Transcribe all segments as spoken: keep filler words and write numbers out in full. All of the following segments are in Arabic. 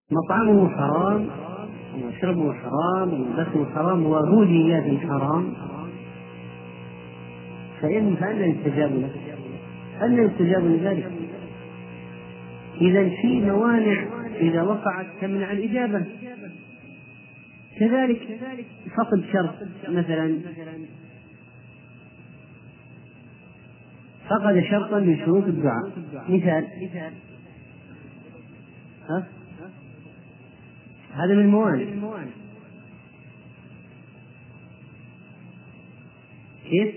مطعمه حرام ومشربه حرام وملبسه حرام وغذي حرام، فإن فأنا يستجاب له؟ أن يستجاب لذلك؟ إذا في موانع إذا وقعت تمنع الإجابة. كذلك فقد شرط، مثلا فقد شرطا من شروط الدعاء، مثال ها؟ هذا من الموانع. كيف؟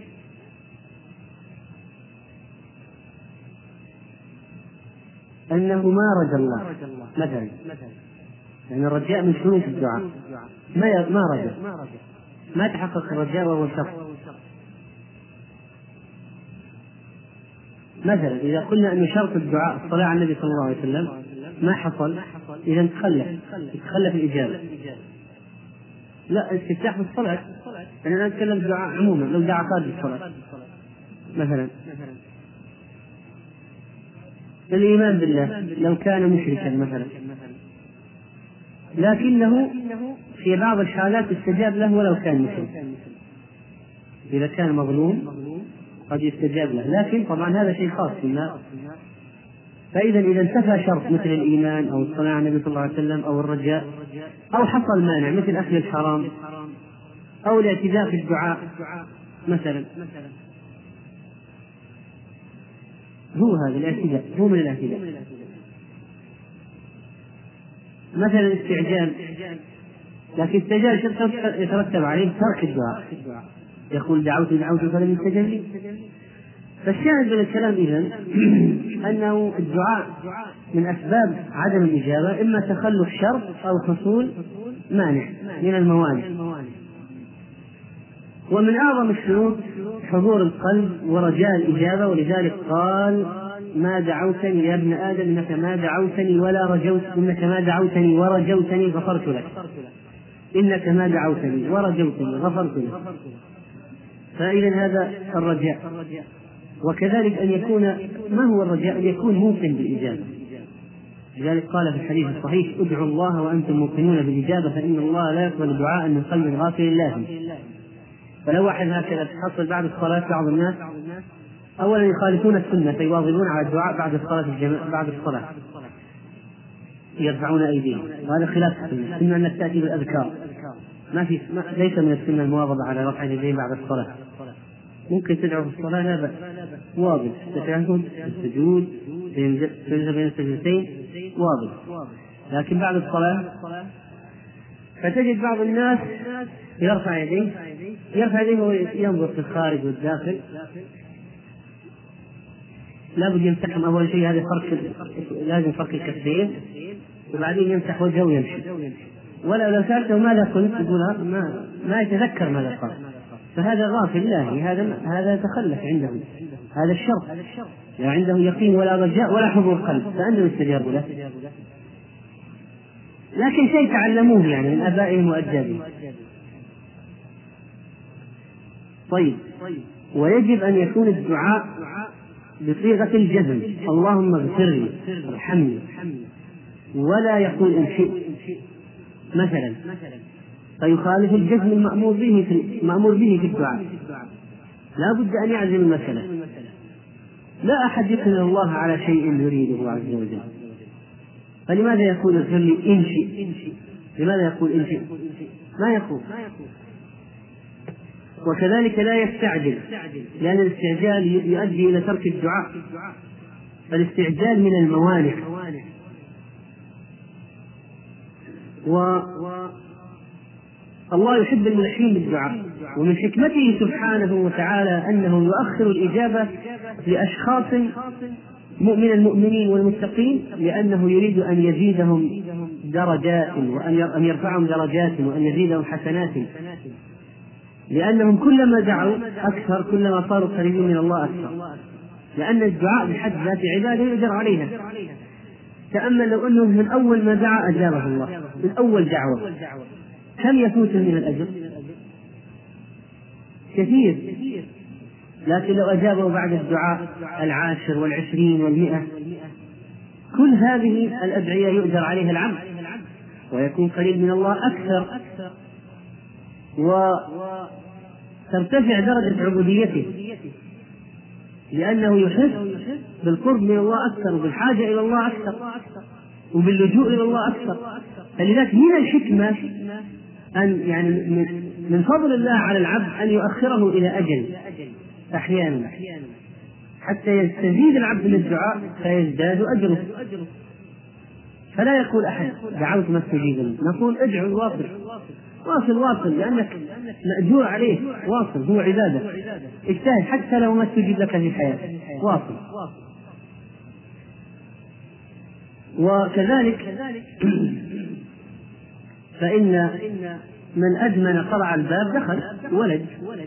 أنه ما رجى الله مثلا، يعني الرجاء من شروط الدعاء، ما ما رجى، ما تحقق الرجاء وهو شرط. مثلا إذا قلنا أن شرط الدعاء الصلاة على النبي صلى الله عليه وسلم ما حصل، إذا تخلف تخلف الإجابة. لا، استفتاح بالصلاة، يعني أنا أتكلم الدعاء عموما، لو دعا خارج الصلاة مثلا. الإيمان بالله لو كان مشركا مثلا، لكنه في بعض الحالات استجاب له ولو كان مشركا، إذا كان مظلوم قد يستجاب له، لكن طبعا هذا شيء خاص بالله. فإذا إذا انتفى شرط مثل الإيمان أو الصلاة على النبي صلى الله عليه وسلم أو الرجاء، أو حصل مانع مثل أكل الحرام أو الاعتداء في الدعاء مثلا، هو هذا الاعتداء، هو من الاعتداء. مثلا استعجال، لكن استعجال شرط يترتب عليه ترك الدعاء، يقول دعوت دعوت فلم يستجب لي. فالشاهد من الكلام إذن أنه الدعاء من أسباب عدم الإجابة إما تخلف شرط أو حصول مانع من الموانع. ومن أعظم الشروط حضور القلب ورجاء الإجابة، ولذلك قال ما دعوتني يا ابن آدم إنك ما دعوتني ولا رجوت، إنك ما دعوتني ورجوتني غفرت لك، إنك ما دعوتني ورجوتني غفرت لك. فإذا هذا الرجاء. وكذلك أن يكون، ما هو الرجاء؟ أن يكون موقن بالإجابة. لذلك قال في الحديث الصحيح ادعوا الله وأنتم موقنون بالإجابة فإن الله لا يقبل دعاء من قلب غافل لاهٍ. فلو واحد هكذا تحصل بعد الصلاة بعض الناس أولا يخالفون السنة فيواظبون على الدعاء بعد الصلاة الجماعة، بعد الصلاة يرفعون أيديهم، وهذا خلاف السنة. السنة أنك تأتي بالأذكار، ما في ما ليس من السنة المواظبة على رفع اليدين بعد الصلاة. ممكن تدعو في الصلاة لا بأس، واضح التشهد السجود بين السجدتين واضح، لكن بعد الصلاة فتجد بعض الناس يرفع يديه يرفع يديه وينظر في الخارج والداخل، لا بد يمسحهم أول شيء، هذا فرق، لازم فرق الكفين، وبعدين يمسح وجهه ويمشي. ولا لو سألته ماذا قلت يقول ما ما يتذكر ماذا قال، فهذا غافل لاهي، هذا هذا تخلف عنده هذا الشرط، يعني عنده يقين ولا رجاء ولا حضور قلب، فأنه يستجاب له. لكن شيء تعلموه يعني من آبائهم وأجدادهم. طيب، ويجب أن يكون الدعاء بصيغة الجزم، اللهم اغفر لي ارحمني، ولا يقول إن شئت مثلا، فيخالف الجزم المأمور به في المأمور به في الدعاء. لا بد أن يعزم المسألة. لا أحد يقدر الله على شيء يريده عز وجل، فلماذا يقول اغفر لي إن شئت؟ لماذا يقول إن شئت؟ ما يقول. وكذلك لا يستعجل، لأن الاستعجال يؤدي إلى ترك الدعاء، فالاستعجال من الموانع. والله يحب الملحين بالدعاء، ومن حكمته سبحانه وتعالى أنه يؤخر الإجابة لأشخاص من المؤمنين والمتقين، لأنه يريد أن يزيدهم درجات، وأن يرفعهم درجات، وأن يزيدهم حسنات، لأنهم كلما دعوا أكثر كلما صاروا قريبين من الله أكثر، لأن الدعاء بحد ذات عبادة يؤجر عليها. تأمل لو أنه من أول ما دعا أجابه الله، من أول دعوة، كم يفوت من الأجر؟ كثير. لكن لو أجابه بعد الدعاء العاشر والعشرين والمئة كل هذه الأدعية يؤجر عليها العبد ويكون قريب من الله أكثر، وترتفع درجة عبوديته لأنه يحس بالقرب من الله أكثر وبالحاجة إلى الله أكثر وباللجوء إلى الله أكثر. فلذلك من الحكمة أن يعني من فضل الله على العبد أن يؤخره إلى أجل أحيانا حتى يستزيد العبد من الدعاء فيزداد أجره. فلا يقول أحد دعوت ما استجيب لي، نقول ادعو واصل واصل واصل لأنك مأجور عليه، واصل هو عبادة، اجتهد حتى لو ما استجيب لك في حياتك، واصل. وكذلك فإن من أدمن قرع الباب دخل ولد.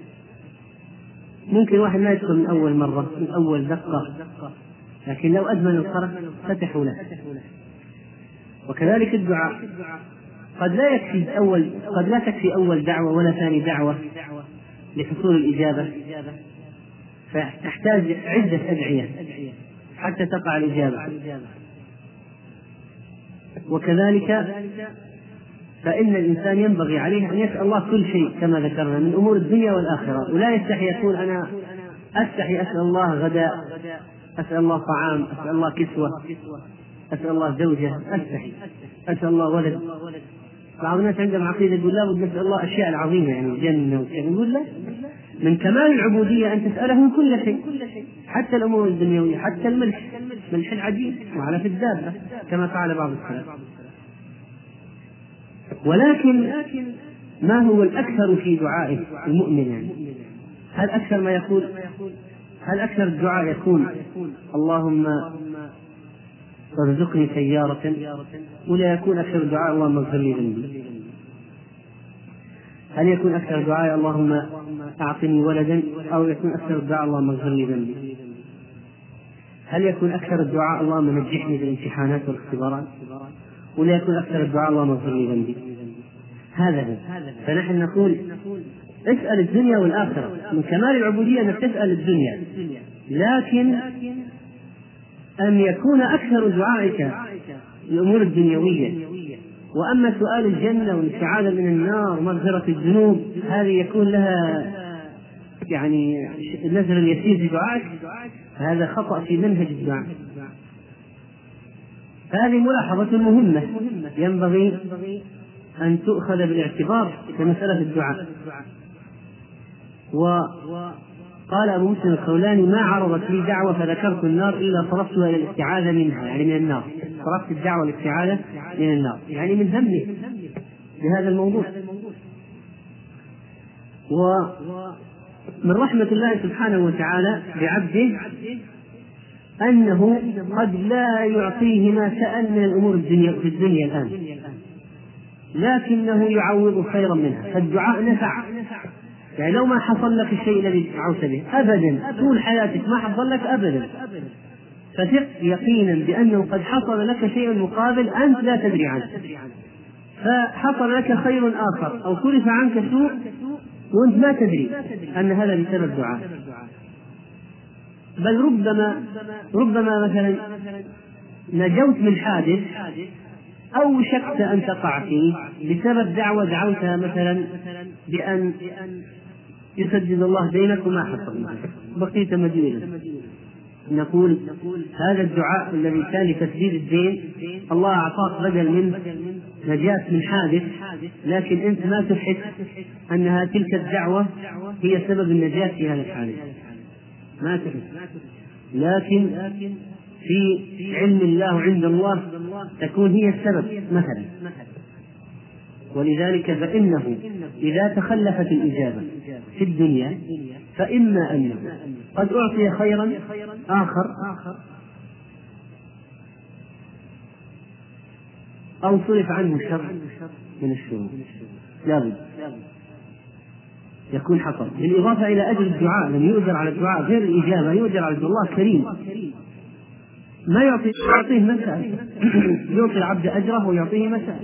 ممكن واحد ما يدخل من أول مرة من أول دقة، لكن لو أدمن القرع فتحوا له. وكذلك الدعاء قد لا يكفي أول قد لا تكفي أول دعوة ولا ثاني دعوة لحصول الإجابة، فتحتاج عدة أدعية حتى تقع الإجابة. وكذلك فإن الإنسان ينبغي عليه أن يسأل الله كل شيء كما ذكرنا من أمور الدنيا والآخرة، ولا يستحي يقول أنا أستحي أسأل الله غداء، أسأل الله طعام، أسأل الله كسوة، أسأل الله زوجة، أستحي أسأل الله ولد. بعض الناس عندهم عقيدة يقول لا بد نسأل الله أشياء العظيمة يعني الجنة وكذا، يقول لا، من كمال العبودية أن تسأله كل شيء حتى الأمور الدنيوية، حتى الملح ملح العجين وعلى في الدابة كما فعل بعض السلف. ولكن ما هو الأكثر في دعائه المؤمن؟ يعني هل أكثر ما يقول هل أكثر الدعاء يكون اللهم ارزقني سيارة، ولا يكون أكثر الدعاء اللهم اغفر لي ذنبي؟ هل يكون أكثر الدعاء اللهم أعطني ولدا، أو يكون أكثر الدعاء اللهم اغفر لي ذنبي؟ هل يكون أكثر الدعاء اللهم نجحني بالامتحانات والاختبارات، ولا يكون أكثر الدعاء اللهم اغفر لي ذنبي؟ هذا هو. فنحن نقول اسأل الدنيا والآخرة، من كمال العبودية أنك تسأل الدنيا، لكن أن يكون أكثر دعائك الأمور الدنيوية. وأما سؤال الجنة والاستعاذة من النار ومغفرة الذنوب هذه يكون لها يعني النزل اليسير في دعائك، هذا خطأ في منهج الدعاء. هذه ملاحظة مهمة ينبغي أن تؤخذ بالاعتبار في مسألة الدعاء. وقال أبو مسلم الخولاني ما عرضت لي دعوة فذكرت النار إلا صرفتها إلى الاستعاذة منها، يعني من النار، صرفت الدعوة الاستعاذة من النار، يعني من همه بهذا الموضوع. ومن رحمة الله سبحانه وتعالى بعبده أنه قد لا يعطيه ما سأل من الأمور الدنيا في الدنيا الآن، لكنه يعوض خيرا منها. فالدعاء نفع، يعني لو ما حصل لك الشيء الذي دعوت به أبدا طول حياتك ما حصل لك أبدا، فثق يقينا بأنه قد حصل لك شيء مقابل أنت لا تدري عنه، فحصل لك خير آخر أو كلف عنك سوء وأنت ما تدري أن هذا بسبب دعاء. بل ربما ربما مثلا نجوت من حادث أو شكت أن تقع فيه بسبب دعوة دعوتها مثلا بأن يسدد الله بينك وما حصل، بقيت مدينا. نقول هذا الدعاء الذي كان لتسديد الدين الله أعطاك بدل من نجاة من حادث، لكن أنت ما تحس أنها تلك الدعوة هي سبب النجاة في هذا الحادث، ما تحس، لكن في علم الله وعند الله تكون هي السبب مثلا. ولذلك فإنه إذا تخلفت الإجابة في الدنيا فإما أنه قد أعطي خيرا آخر أو صرف عنه الشر من الشرور، لابد يكون حصل. بالإضافة إلى أجل الدعاء، لم يؤجر على الدعاء غير الإجابة، يؤجر على الله كريم، ما يعطي يعطيه مسألة يعطي العبد أجره ويعطيه مسألة.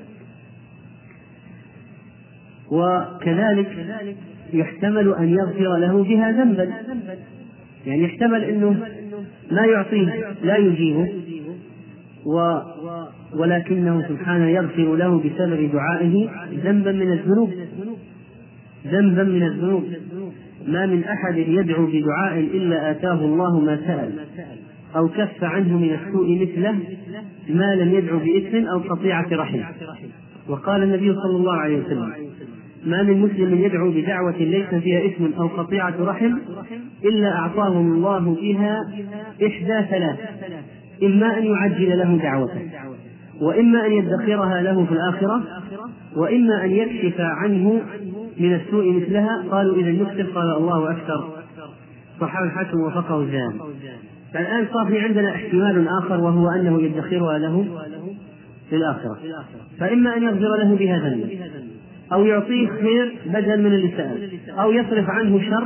وكذلك يحتمل أن يغفر له بها ذنبا، يعني يحتمل أنه ما يعطيه لا يجيبه و ولكنه سبحانه يغفر له بسبب دعائه ذنبا من الذنوب ذنبا من الذنوب ما من أحد يدعو بدعاء إلا آتاه الله ما سأل أو كف عنه من السوء مثله ما لم يدعو بإثم أو قطيعة رحم. وقال النبي صلى الله عليه وسلم: ما من مسلم يدعو بدعوة ليس فيها إثم أو قطيعة رحم إلا أعطاه الله بها إحدى ثلاث: إما أن يعجل له دعوته، وإما أن يدخرها له في الآخرة، وإما أن يكشف عنه من السوء مثلها. قالوا: إذا نكتب؟ قال: الله أكثر. صححه الحاكم ووافقه الذهبي. فالآن صار في عندنا احتمال آخر، وهو أنه يدخرها له في الآخرة، فإما أن يغفر له بها ذنبا، أو يعطيه خير بدل من اللي سأل، أو يصرف عنه شر،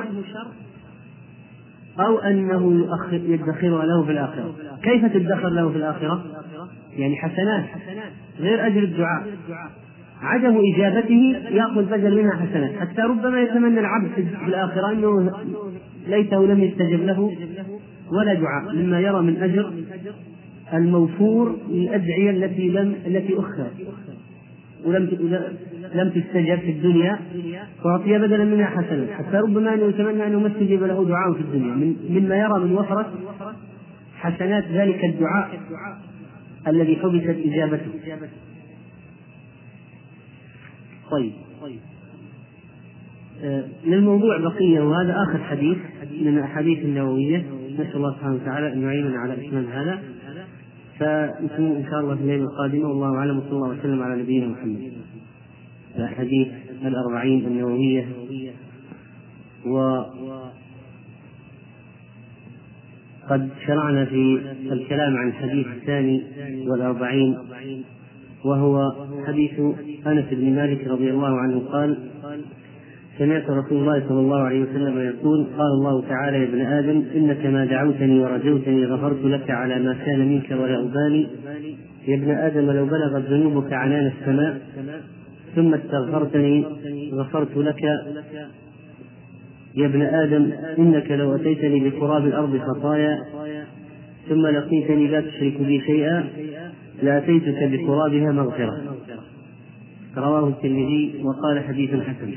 أو أنه يدخرها له في الآخرة. كيف تدخر له في الآخرة؟ يعني حسنات غير أجر الدعاء. عدم إجابته يأخذ بدل منها حسنات، حتى ربما يتمنى العبد في الآخرة أنه ليته لم يستجب له ولا دعاء، مما يرى من أجر الموفور للأدعية التي لم التي أخرى ولم لم تستجب في الدنيا، وأعطي بدلا منها حسنات، حتى ربما أنه يتمنى أنه ما استجب له دعاء في الدنيا، مما يرى من وفرة حسنات ذلك الدعاء الذي حبست إجابته. طيب، آه للموضوع بقية، وهذا آخر حديث من الأحاديث النووية. نسأل الله سبحانه وتعالى أن يعيننا على إتمام هذا، فنكمل إن شاء الله في الليلة القادمة، والله أعلم، وصلى الله وسلم على نبينا محمد. الحديث الأربعين النووية. وقد شرعنا في الكلام عن الحديث الثاني والأربعين، وهو حديث أنس بن مالك رضي الله عنه قال: سمعت رسول الله صلى الله عليه وسلم يقول: قال الله تعالى: يا ابن آدم، إنك ما دعوتني ورجوتني غفرت لك على ما كان منك ولا أبالي. يا ابن آدم، لو بلغت ذنوبك عنان السماء ثم استغفرتني غفرت لك. يا ابن آدم، إنك لو أتيتني بقراب الأرض خطايا ثم لقيتني لا تشرك بي شيئا لأتيتك بقرابها مغفرة. رواه الترمذي وقال: حديث حسن.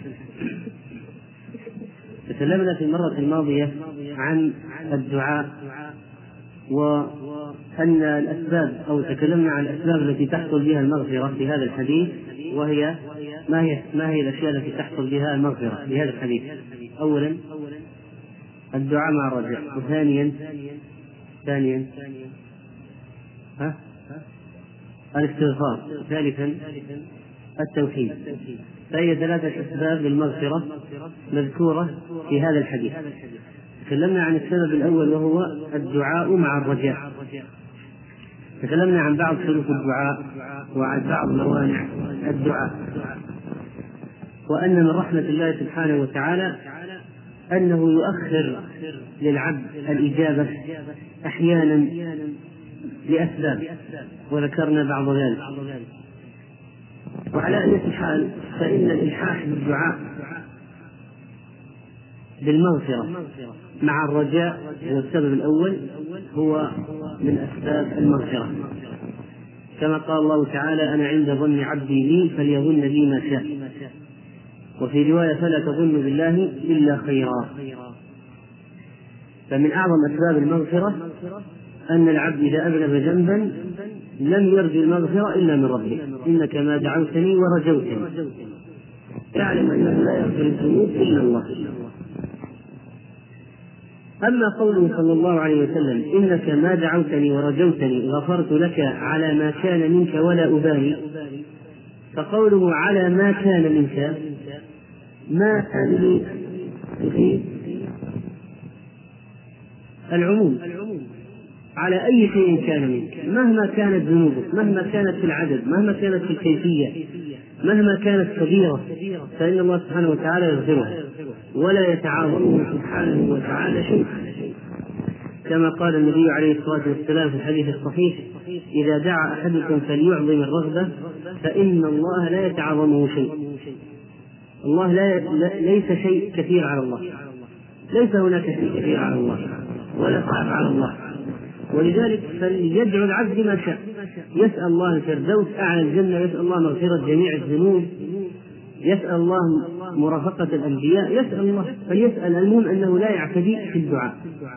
تكلمنا في المرة الماضية عن الدعاء، وأن الأسباب أو تكلمنا عن الأسباب التي تحصل بها المغفرة في هذا الحديث، وهي ما هي ما هي الأشياء التي تحصل بها المغفرة في هذا الحديث. أولا الدعاء مع الرجاء، وثانيا ثانيا ها الاستغفار، ثالثا التوحيد. فهي ثلاثة أسباب للمغفرة مذكورة في هذا الحديث. تكلمنا عن السبب الأول وهو الدعاء مع الرجاء. تكلمنا عن بعض شروط الدعاء وعن بعض موانع الدعاء، وأن من رحمة الله سبحانه وتعالى أنه يؤخر للعبد الإجابة أحيانا لأسباب، وذكرنا بعض ذلك. وعلى أي حال فإن الإلحاح بالدعاء بالمغفرة مع الرجاء هو السبب الأول، هو من أسباب المغفرة، كما قال الله تعالى: أنا عند ظن عبدي لي فليظن بي ما شاء. وفي رواية: فلا تظن بالله إلا خيرا. فمن أعظم أسباب المغفرة أن العبد إذا أذنب ذنبا لم يرجو المغفرة إلا من ربه: إنك ما دعوتني ورجوتني، تعلم أنه لا يغفر الذنوب إلا الله. أما قوله صلى الله عليه وسلم: إنك ما دعوتني ورجوتني غفرت لك على ما كان منك ولا أبالي، فقوله على ما كان منك ما كان في العموم، على أي شيء كان منك، مهما كانت ذنوبك، مهما كانت في العدد، مهما كانت في الكيفية، مهما كانت كبيرة، فإن الله سبحانه وتعالى يغفرها ولا يتعاظمه سبحانه وتعالى شيء، كما قال النبي عليه الصلاة والسلام في الحديث الصحيح: إذا دعا أحدكم فليعظم الرغبة فإن الله لا يتعاظمه شيء. الله لا ليس شيء كثير على الله، ليس هناك شيء كثير على الله ولا صعب على الله، ولذلك فليدعو العبد بما شاء، يسأل الله الفردوس أعلى الجنة، يسأل الله مغفرة جميع الذنوب، يسأل الله مرافقة الأنبياء، يسأل الله، فليسأل. المهم أنه لا يعتدي في الدعاء،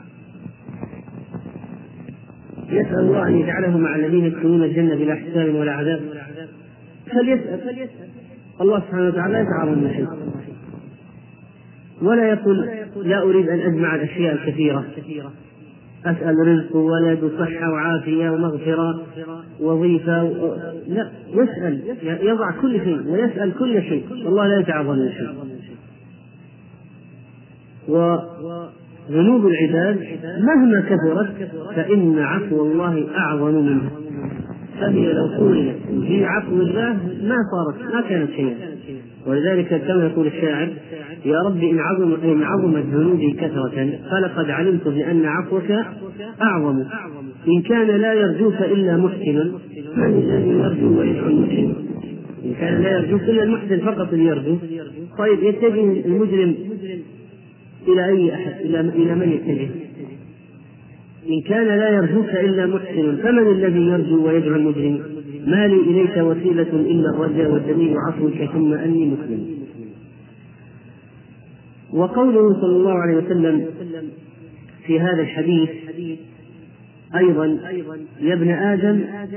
يسأل الله أن يجعله مع الذين يدخلون الجنة بلا حساب ولا عذاب، فليسأل. الله سبحانه وتعالى يتعاظم من شيء، ولا يقول لا أريد أن أجمع الأشياء الكثيرة، أسأل رزق وولد وصحة وعافية ومغفرة وظيفة و... لا، يسأل، يضع كل شيء ويسأل كل شيء، الله لا يتعاظم من شيء. وذنوب العباد مهما كثرت فإن عفو الله أعظم منها، فهي لو قولت في عفو الله ما صارت، ما كانت شيئا. ولذلك كما يقول الشاعر: يا رب إن عظم إن عظمت ذنوبي كثرة فلقد علمت بأن عفوك أعظم. إن كان لا يرجوك إلا محسن من الذي يرجو ويدعو المحسن؟ إن كان لا يرجوك إلا المحسن فقط اللي يرجو. طيب يتجه المجرم إلى أي أحد؟ إلى إلى من يتجه؟ إن كان لا يرجوك إلا محسن فمن الذي يرجو ويدعو المجرم؟ ما لي إليك وسيلة إلا الرجاء والدليل عفوك ثم أني مسلم. وقوله صلى الله عليه وسلم في هذا الحديث أيضا: يا ابن آدم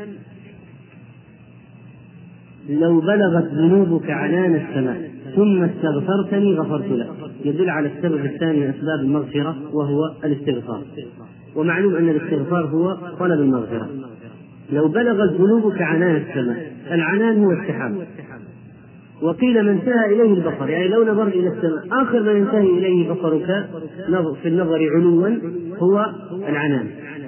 لو بلغت ذنوبك عنان السماء ثم استغفرتني غفرت لك، يدل على السبب الثاني من أسباب المغفرة وهو الاستغفار. ومعلوم أن الاستغفار هو طلب المغفرة. لو بلغت ذنوبك عنان السماء، العنان هو السحاب، وقيل ما انتهى إليه البصر، يعني لو نظرت إلى السماء آخر ما ينتهي إليه بصرك في النظر علوا هو العنان.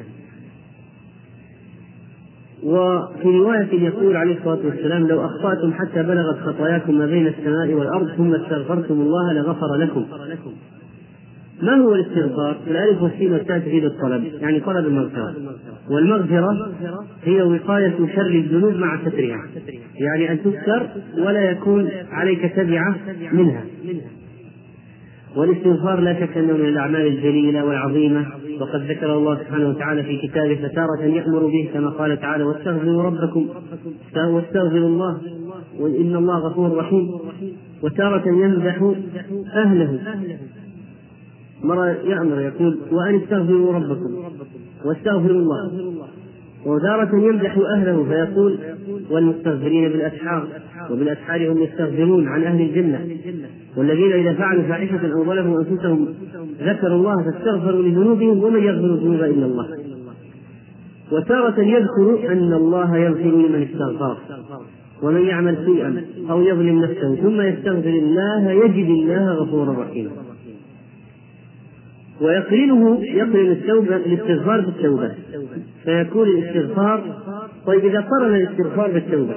وفي رواية يقول عليه الصلاة والسلام: لو أخطأتم حتى بلغت خطاياكم ما بين السماء والأرض ثم استغفرتم الله لغفر لكم. ما هو الاستغفار؟ الألف والسين والتاء تفيد الطلب، يعني طلب المغفرة. والمغفرة هي وقاية شر الذنوب مع سترها، يعني أن تستر ولا يكون عليك تبعة منها. والاستغفار لا شك أنه من الأعمال الجليلة والعظيمة، وقد ذكر الله سبحانه وتعالى في كتابه فتارة يأمر به كما قال تعالى: واستغفروا ربكم واستغفروا الله وإن الله غفور رحيم. وتارة يمدح أهله، مرة يأمر يقول: وأن استغفروا ربكم واستغفروا الله. وتارة يمدح أهله فيقول: والمستغفرين بالأسحار وبالأسحار هم يستغفرون عن أهل الجنة، والذين إذا فعلوا فاحشة أو ظلموا أنفسهم ذكروا الله فاستغفروا لذنوبهم ومن يغفر الذنوب إلا الله. وتارة يذكر أن الله يغفر لمن استغفر، ومن يعمل سوءا أو يظلم نفسه ثم يستغفر الله يجد الله غفورا رحيما. ويقرنه يقرن التوبة الاستغفار بالتوبة فيكون الاستغفار. طيب إذا قرن الاستغفار بالتوبة،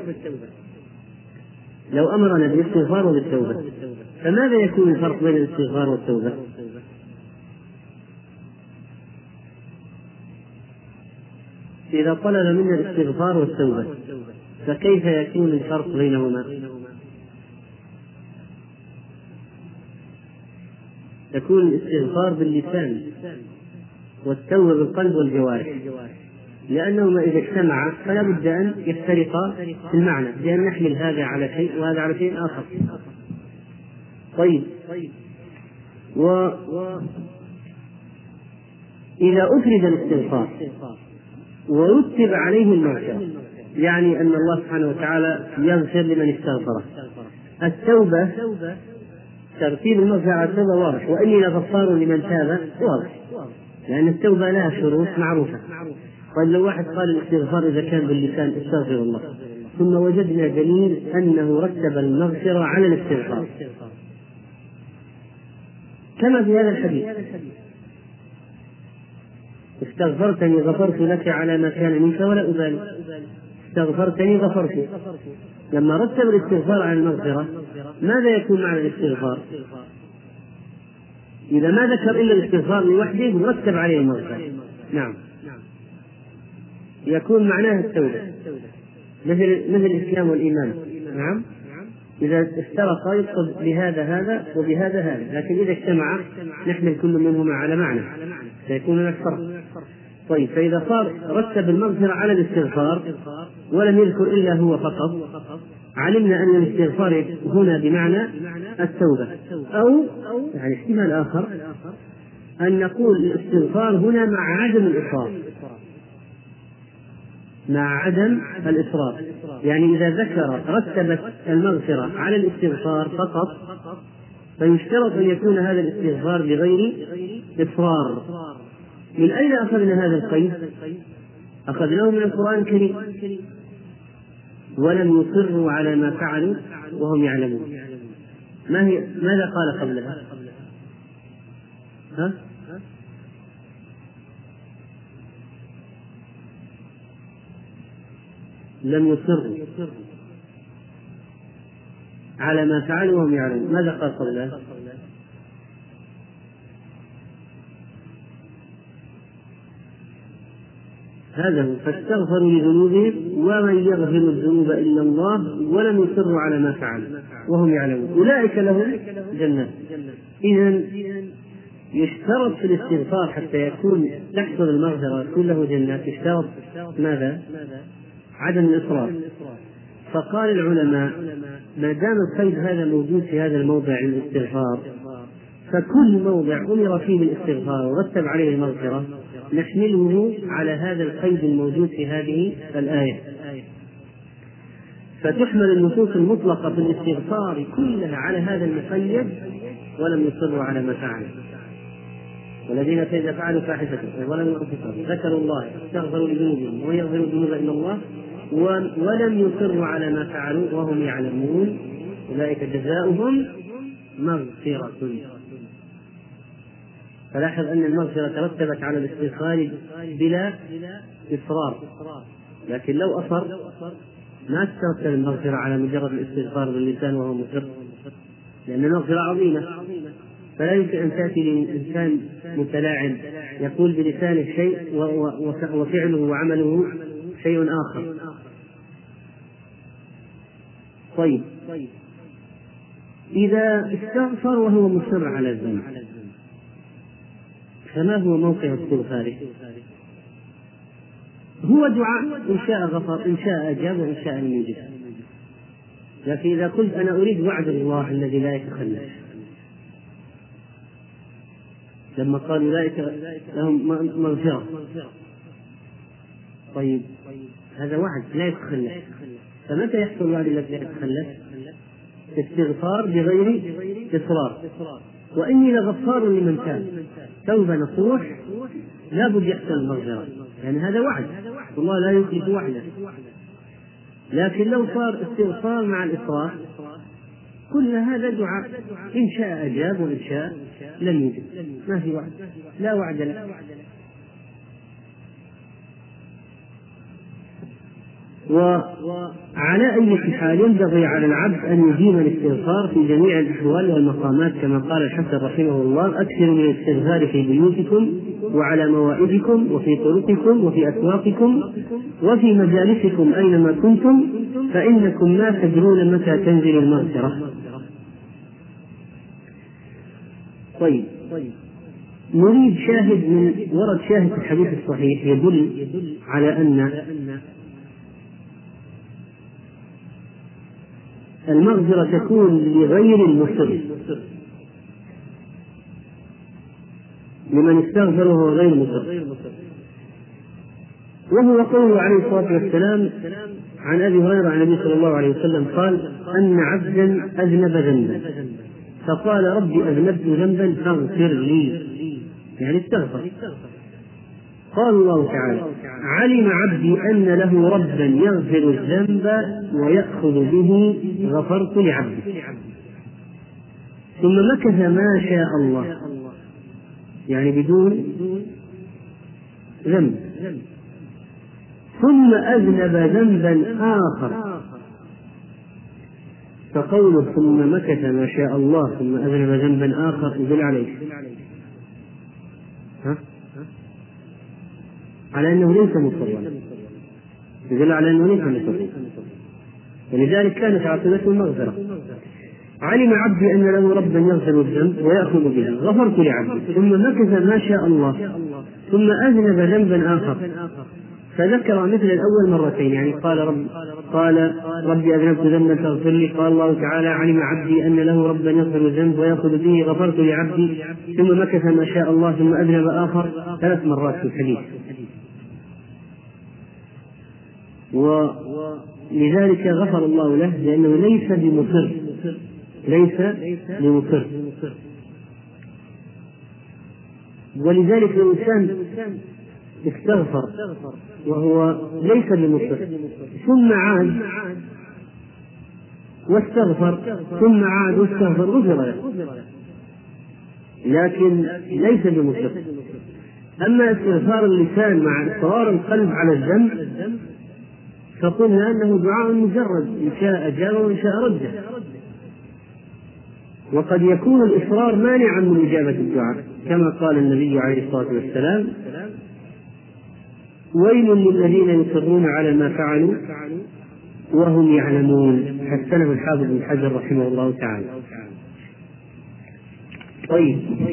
لو أمرنا بالاستغفار وبالتوبة، فماذا يكون الفرق بين الاستغفار والتوبة؟ إذا طلب منا الاستغفار والتوبة فكيف يكون الفرق بينهما؟ يكون الاستغفار باللسان والتوبة بالقلب والجوارح، لأنهما إذا اجتمعا فلا بد أن يفترقا في المعنى، لأن نحمل هذا على شيء وهذا على شيء آخر. طيب، وإذا أفرد الاستغفار ورتب عليه المغفرة، يعني أن الله سبحانه وتعالى يغفر لمن استغفره. التوبة ترتيب المغفرة على التوبة واضح، وإني لغفار لمن تاب واضح، لأن التوبة لها شروط معروفة. طيب لو واحد قال الاستغفار إذا كان باللسان استغفر الله، ثم وجدنا دليل أنه رتب المغفرة على الاستغفار كما في هذا الحديث: استغفرتني غفرت لك على ما كان منك ولا أبالي. استغفرتني غفرت. لما رتب الاستغفار على المغفرة ماذا يكون معنى الاستغفار؟ إذا ما ذكر إلا الاستغفار لوحده رتب عليه المغفرة، نعم، يكون معناه التوبة، مثل مثل الإسلام والإيمان. نعم، إذا افترقا يقصد بهذا هذا وبهذا هذا، لكن إذا اجتمعا نحمل كل منهما على معنى، سيكون هناك فرق. طيب، فإذا صار رتب المغفرة على الاستغفار ولم يذكر إلا هو فقط، علمنا أن الاستغفار هنا بمعنى التوبة. أو يعني احتمال آخر أن نقول الاستغفار هنا مع عدم الإصرار، مع عدم الإصرار، يعني إذا ذكر رتب المغفرة على الاستغفار فقط فيشترط أن يكون هذا الاستغفار بغير إصرار. من أين أخذنا هذا القيد؟ أخذناه من القرآن الكريم: ولم يصروا على ما فعلوا وهم يعلمون. ما هي ماذا قال قبلها؟ ها؟ لم يصروا على ما فعلوا وهم يعلمون. ماذا قال قبلها؟ هذا هو: فاستغفروا لذنوبهم ومن يغفر الذنوب إلا الله ولم يصروا على ما فعلوا وهم يعلمون أولئك لهم جنات. إذن يشترط في الاستغفار حتى يكون تحصل المغفرة ويكون له جنات، يشترط ماذا؟ عدم الإصرار. فقال العلماء: ما دام القيد هذا موجود في هذا الموضع الاستغفار، فكل موضع أمر فيه بالاستغفار ورتب عليه المغفرة نحمله على هذا القيد الموجود في هذه الآية، فتحمل النصوص المطلقة في الاستغفار كلها على هذا المقيد: ولم يصروا على ما فعلوا. والذين إذا فعلوا فاحشة ظلموا أنفسهم ذكروا الله فاستغفروا لذنوبهم ومن يغفر الذنوب إلا الله ولم يصروا على ما فعلوا وهم يعلمون أولئك جزاؤهم مغفرة. فلاحظ أن المغفرة ترتبت على الاستغفار بلا إصرار، لكن لو أصر ما تترتب المغفرة على مجرد الاستغفار باللسان وهو مصر، لأن المغفرة عظيمة، فلا يمكن أن تأتي لإنسان متلاعب يقول بلسانه شيء وفعله وعمله شيء آخر. طيب، إذا استغفر وهو مصر على الذنب فما هو موقع استغفاره؟ هو دعاء، إن شاء غفر إن شاء أجاب وإن شاء لم يجب. لكن إذا قلت أنا أريد وعد الله الذي لا يتخلف، لما قال أولئك لهم مغفرة، طيب هذا وعد لا يتخلف، فمتى يحصل الوعد الذي لا يتخلف؟ استغفار بغير إصرار. وإني لغفار لمن تاب توبة نصوح، لا بد يحصل المغفرة، يعني هذا وعد، والله لا يخلف وعده. لكن لو صار استغفار مع الإصرار كل هذا دعاء، إن شاء أجاب وإن شاء لم يجب، ما في وعد، لا وعد له. وعلى أي حال ينبغي على العبد أن يديم الاستغفار في جميع الأحوال والمقامات، كما قال الحسن رحمه الله: أكثروا من الاستغفار في بيوتكم وعلى موائدكم وفي طرقكم وفي أسواقكم وفي مجالسكم أينما كنتم فإنكم ما تدرون متى تنزل المغفرة. طيب، نريد شاهد من ورد شاهد في الحديث الصحيح يدل على أن المغفرة تكون لغير المصر، لمن استغفر وهو غير مصر، وهو قوله عليه الصلاة والسلام عن أبي هريرة عن النبي صلى الله عليه وسلم قال: أن عبدا أذنب ذنبا فقال: ربي أذنبت ذنبا فاغفر لي، يعني استغفر. قال الله تعالى: علم عبدي أن له ربا يغفر الذنب ويأخذ به غفرت لعبدي. ثم مكث ما شاء الله، يعني بدون ذنب، ثم أذنب ذنبا آخر، فقوله ثم مكث ما شاء الله ثم أذنب ذنبا آخر يدل عليه ها؟ على أنه ليس مصرا، يدل على أنه ليس مصرا، ولذلك كانت عاقبته المغفرة. علم عبدي أن له ربا يغفر الذنب ويأخذ بها غفرت لعبدي، ثم مكث ما شاء الله ثم أذنب ذنبا آخر فذكر مثل الأول مرتين، يعني قال رب قال ربي أذنبت ذنبا فاغفر لي، قال الله تعالى علم عبدي أن له ربا يغفر الذنب ويأخذ به غفرت لعبدي، ثم مكث ما شاء الله ثم أذنب آخر ثلاث مرات في الحديث. ولذلك غفر الله له لأنه ليس بمصر ليس بمصر ولذلك الإنسان استغفر وهو ليس بمصر ثم عاد واستغفر ثم عاد واستغفر غفر له، لكن ليس بمصر. أما استغفار اللسان مع إصرار القلب على الذنب فقلنا أنه دعاء مجرد، إن شاء أجاب وإن شاء رده، وقد يكون الإصرار مانعا من إجابة الدعاء كما قال النبي عليه الصلاة والسلام ويل للذين يصرون على ما فعلوا وهم يعلمون، حسنه الحافظ بن حجر رحمه الله تعالى. طيب،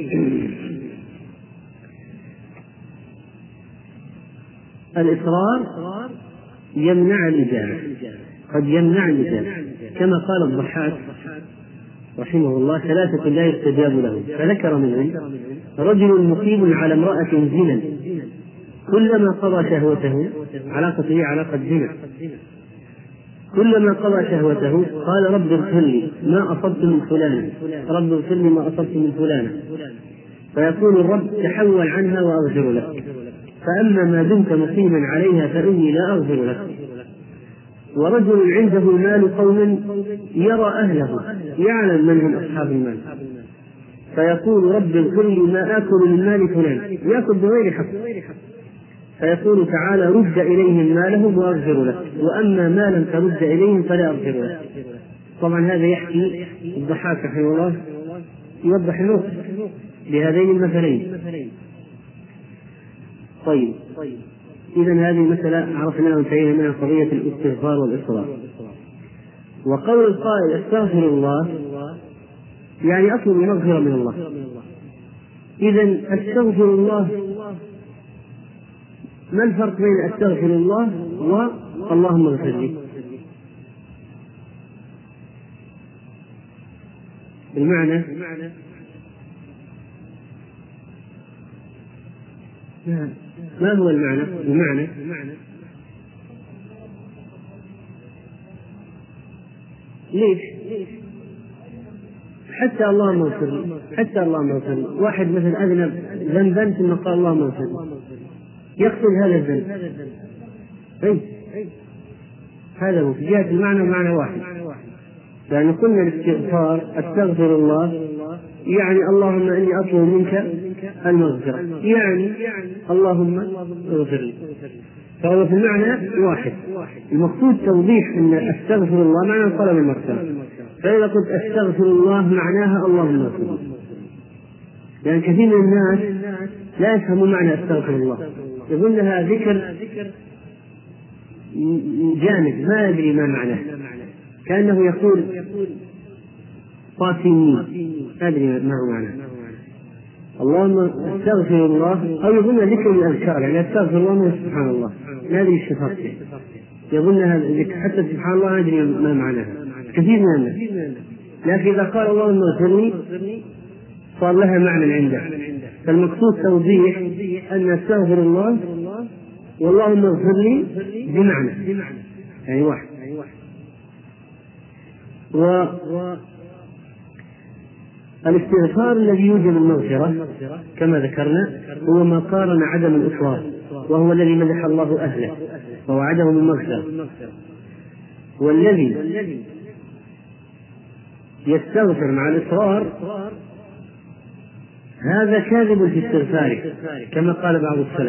الإصرار يمنع الإجابة، قد يمنع الإجابة كما قال الضحاك رحمه الله ثلاثة لا يستجاب له، فذكر منهم رجل مقيم على امرأة زنا كلما قضى شهوته، علاقته علاقة زنا، كلما قضى شهوته قال رب اغفر لي ما أصبت من فلان، رب اغفر لي ما أصبت من فلانة، فيقول الرب تحول عنها وأغفر لك، فأما ما دمت مقيما عليها فإني لا أغفر لك. ورجل عنده مال قوم يرى أهله يعلم من هم أصحاب المال، فيقول رب اغفر لي ما آكل من مال فلان، يأكل بغير حق، فيقول تعالى رد إليهم مالهم وأغفر لك، وأما ما لم ترد إليهم فلا أغفر لك. طبعا هذا يحكي الضحاك رحمه الله يوضح النقطة بهذين المثلين. طيب، إذن هذه مسألة عرفناها وانتهينا منها قضية الاستغفار والإصرار. وقول القائل استغفر الله يعني أطلب المغفرة من الله، إذن استغفر الله، ما الفرق بين استغفر الله واللهم اغفر لي؟ المعنى ما هو المعنى؟ المعنى ليش؟ حتى اللهم اغفر لي، حتى اللهم اغفر لي، واحد مثلا أذنب ذنبا ثم قال اللهم اغفر لي، يقصد هذا الذنب، أي هذا هو في جهة المعنى معنى واحد، لأن قلنا الاستغفار استغفر الله يعني اللهم إني أطلب منك المغفرة، يعني اللهم اغفر لي، فهو في المعنى واحد. المقصود توضيح أن استغفر الله معنى طلب المغفرة، فإذا قلت استغفر الله معناها اللهم اغفر لي، لأن كثير من الناس لا يفهموا معنى استغفر الله، يظن لها ذكر جامد ما يدري ما معناه، كأنه يقول طاسمين أدري ما هو معناه اللهم استغفر الله، أو يظن ذكر الأذكار يعني استغفر الله سبحان الله لا أدري ايش تفسيره، يظنها حتى سبحان الله ما أدري ما معناها كثير من الناس، لكن إذا قال اللهم اغفر لي صار لها معنى عنده. فالمقصود توضيح أن استغفر الله واللهم اغفر لي بمعنى يعني واحد. والاستغفار الذي يوجب المغفرة كما ذكرنا هو ما قارن عدم الإصرار، وهو الذي مدح الله أهله ووعدهم المغفرة. والذي يستغفر مع الإصرار هذا كاذب في استغفاره كما قال بعض السلف،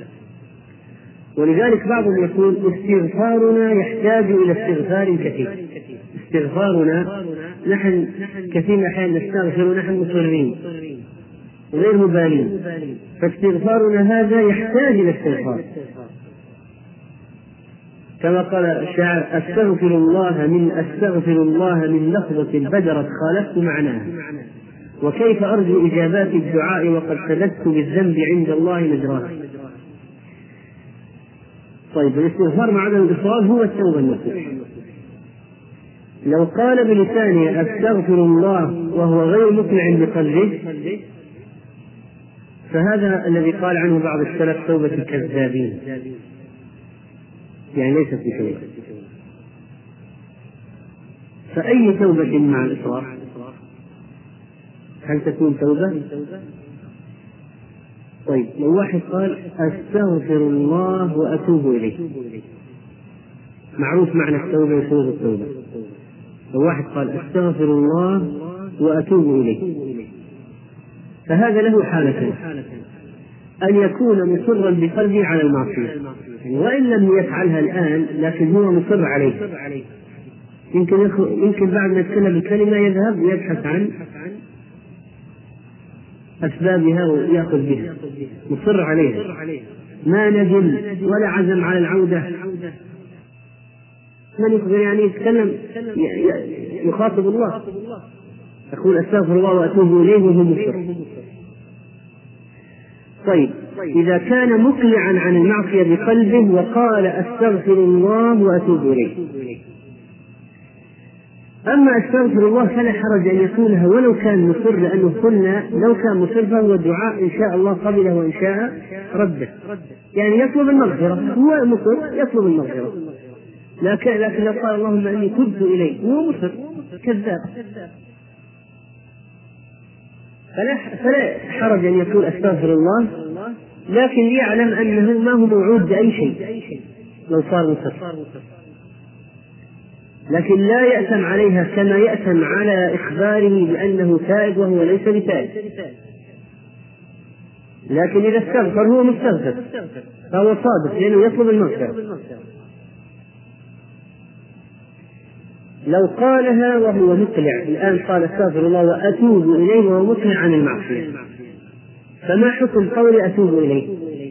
ولذلك بعضهم يقول استغفارنا يحتاج إلى استغفار كثير. استغفارنا نحن كثير من الأحيان نستغفر ونحن مصرين غير مبالين، فاستغفارنا هذا يحتاج إلى استغفار. كما قال الشاعر: أستغفر الله من أستغفر الله من لفظة بدرت خالفت معناها، وكيف أرجو إجابات الدعاء وقد سلكت بالذنب عند الله مجراه. طيب، الاستغفار مع عدم الإصرار هو التوبة النصوح. لو قال بلسانه أستغفر الله وهو غير مقنع بقلبه، فهذا الذي قال عنه بعض السلف توبة الكذابين، يعني ليست بتوبة. فأي توبة مع الإصرار هل تكون توبة؟ طيب، لو واحد قال أستغفر الله وأتوب إليه، معروف معنى التوبة وشروط التوبة. لو واحد قال أستغفر الله وأتوب إليه، فهذا له حالتين: أن يكون مصرا بقلبه على المعصية، وإن لم يفعلها الآن لكن هو مصر عليه، يمكن يمكن بعد ما يتكلم الكلمة يذهب ويبحث عن أسبابها ويأخذ بها، مصر عليها، ما ندم ولا عزم على العودة. من يخبر يعني يتكلم يخاطب الله، يقول أستغفر الله وأتوب إليه وهو مصر. طيب، إذا كان مقلعا عن المعصية بقلبه وقال أستغفر الله وأتوب إليه، أما أستغفر الله فلا حرج أن يقولها ولو كان مصر، لأنه قلنا لو كان مصر فهو دعاء إن شاء الله قبله وإن شاء رده، يعني يطلب المغفرة، هو مصر يطلب المغفرة. لكن لكن لو قال اللهم إني تبت إليه هو مصر كذاب، فلا فلا حرج أن يقول أستغفر الله، لكن يعلم أنه ما هو موعود بأي شيء لو صار مصر، لكن لا يأثم عليها كما يأثم على إخباره بأنه تائب وهو ليس بتائب. لكن إذا استغفر هو مستغفر فهو صادق لأنه يطلب المغفرة. لو قالها وهو مقلع، الآن قال أستغفر الله وأتوب إليه وهو مقلع عن المعصية، فما حكم قول أتوب إليه؟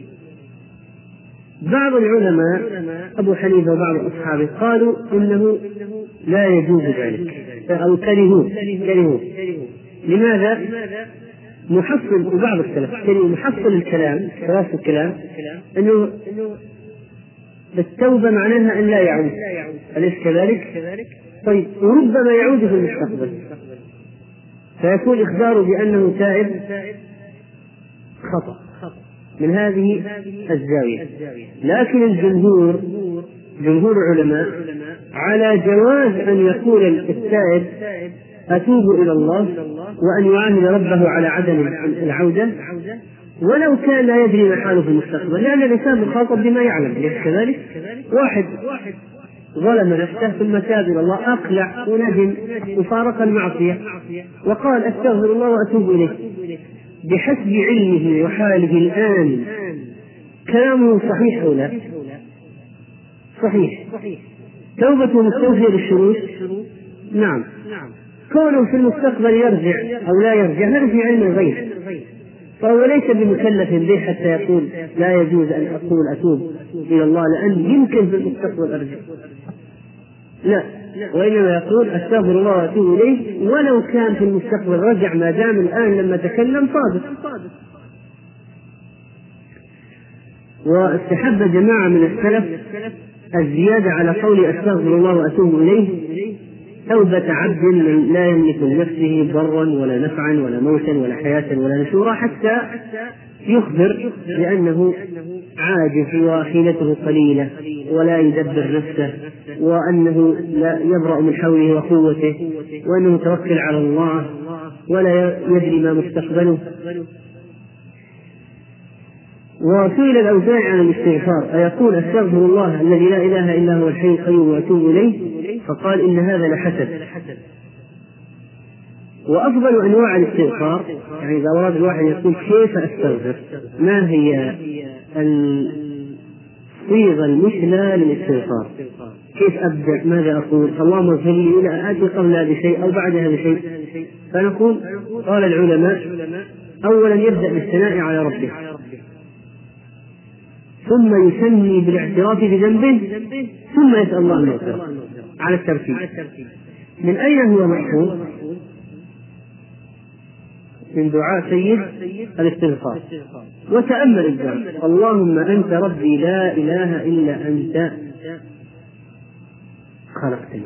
بعض العلماء أبو حنيفة وبعض أصحابه قالوا إنه لا يجوز ذلك أو كرهوه كرهوه لماذا؟ محصل وبعض السلف محصل الكلام خلاص الكلام أنه التوبة معناها أن لا يعود، أليس كذلك؟ طيب، وربما يعود في المستقبل فيكون إخباره بأنه تائب خطأ من هذه الزاوية. لكن الجمهور جمهور العلماء على جواز أن يقول التائب أتوب إلى الله وأن يعامل ربه على عدم العودة ولو كان لا يدري ما حاله في المستقبل، لأن الإنسان مخاطب بما يعلم، أليس كذلك؟ واحد ظلم نفسه ثم تاب إلى الله، أقلع وندم وفارق المعصية وقال أستغفر الله وأتوب إليه، بحسب علمه وحاله الآن كلامه صحيح أو لا؟ صحيح. توبته مستوفية للشروط؟ نعم. كونه في المستقبل يرجع أو لا يرجع هذا في علم الغيب، فهو ليس بمكلف به حتى يقول لا يجوز أن أقول أتوب إلى الله لأن يمكن في المستقبل أرجع، لا، وإنما يقول أستغفر الله وأتوب إليه ولو كان في المستقبل رجع، ما دام الآن لما تكلم صادق. واستحب جماعة من السلف الزيادة على قول أستغفر الله وأتوب إليه توبة عبد لا يملك لنفسه ضرا ولا نفعا ولا موتا ولا حياة ولا نشورا، حتى يخبر بأنه عاجز وحيلته قليلة ولا يدبر نفسه وأنه لا يبرأ من حوله وقوته وأنه متوكل على الله ولا يدري ما مستقبله. وسئل الأوزاعي عن الاستغفار أيقول أستغفر الله الذي لا إله إلا هو الحي القيوم وأتوب إليه؟ فقال إن هذا لحسن. وأفضل أنواع الاستغفار، يعني إذا أراد الواحد يقول كيف أستغفر، ما هي الصيغة المثلى للاستغفار، كيف أبدأ، ماذا أقول، اللهم اغفر لي إلى آتي قبل هذا شيء أو بعد هذا شيء؟ فنقول قال العلماء أولا يبدأ بالثناء على ربه، ثم يسمي بالاعتراف بذنبه، ثم يسأل الله المغفرة على الترتيب. من أين هو محفوظ؟ من دعاء سيد الاستغفار. وتأمل الدعاء: اللهم أنت ربي لا إله إلا أنت خلقتني.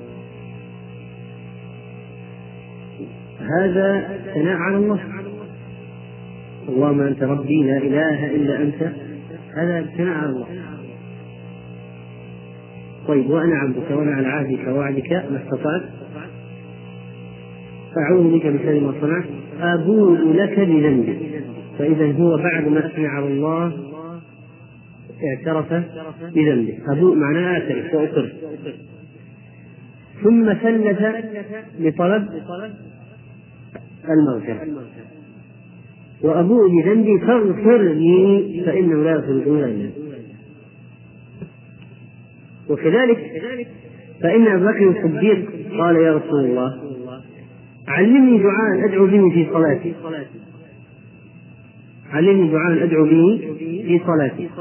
هذا ثناء على الله. اللهم أنت ربي لا إله إلا أنت، هذا ثناء على الله. طيب: وأنا عبدك وأنا على عهدك ووعدك ما استطعت، أعوذ بك من شر ما صنعت، أبوء لك بذنبي. فإذا هو بعد ما أثنى على الله اعترف بذنبه. أبوء معناه أعترف وأقر. ثم ثلث بطلب المغفرة: وأبوء بذنبي فاغفر لي فإنه لا يغفر الذنوب إلا أنت. وكذلك فإن أبا بكر الصديق قال: يا رسول الله علمني دعاء أدعو به في صلاتي، علمني دعاء أدعو به في صلاتي.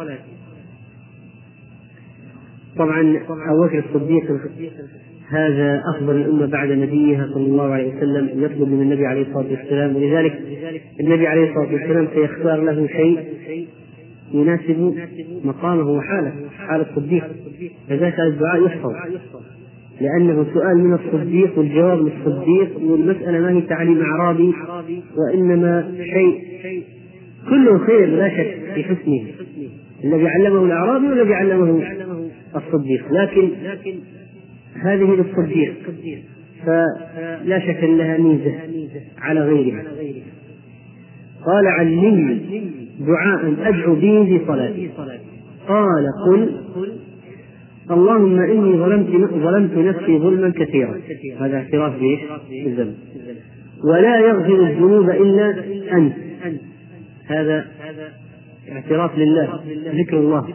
طبعا أبو بكر الصديق هذا أفضل الأمة بعد نبيها صلى الله عليه وسلم، يطلب من النبي عليه الصلاة والسلام، ولذلك النبي عليه الصلاة والسلام سيختار له شيء يناسب مقامه وحاله، حال الصديق. فذلك الدعاء يحفظ، لأنه سؤال من الصديق والجواب من الصديق، والمسألة ما هي تعليم أعرابي، وإنما شيء كله خير لا شك في حسنه، الذي علمه الأعرابي والذي علمه الصديق، لكن هذه للصديق فلا شك لها ميزة على غيرها. قال: علمني دعاء أدعو به في صلاتي. قال: قل اللهم إني ظلمت, ظلمت نفسي ظلما كثيرا. هذا اعتراف به بالذنب. ولا يغفر الذنوب إلا أنت. هذا اعتراف لله، ذكر الله.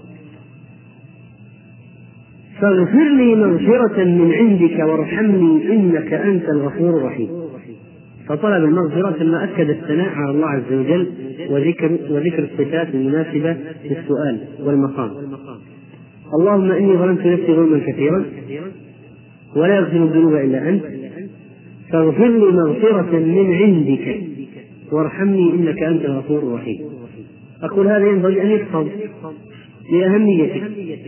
فاغفر لي مغفرة من عندك وارحمني إنك أنت الغفور الرحيم. فطلب المغفرة ثم أكد الثناء على الله عز وجل وذكر, وذكر الصفات المناسبة للسؤال والمقام. اللهم إني ظلمت نفسي ظلما كثيرا ولا يغفر الذنوب إلا أنت فاغفر لي مغفرة من عندك وارحمني إنك أنت الغفور الرحيم. أقول هذا ينبغي أن يحفظ لأهميته.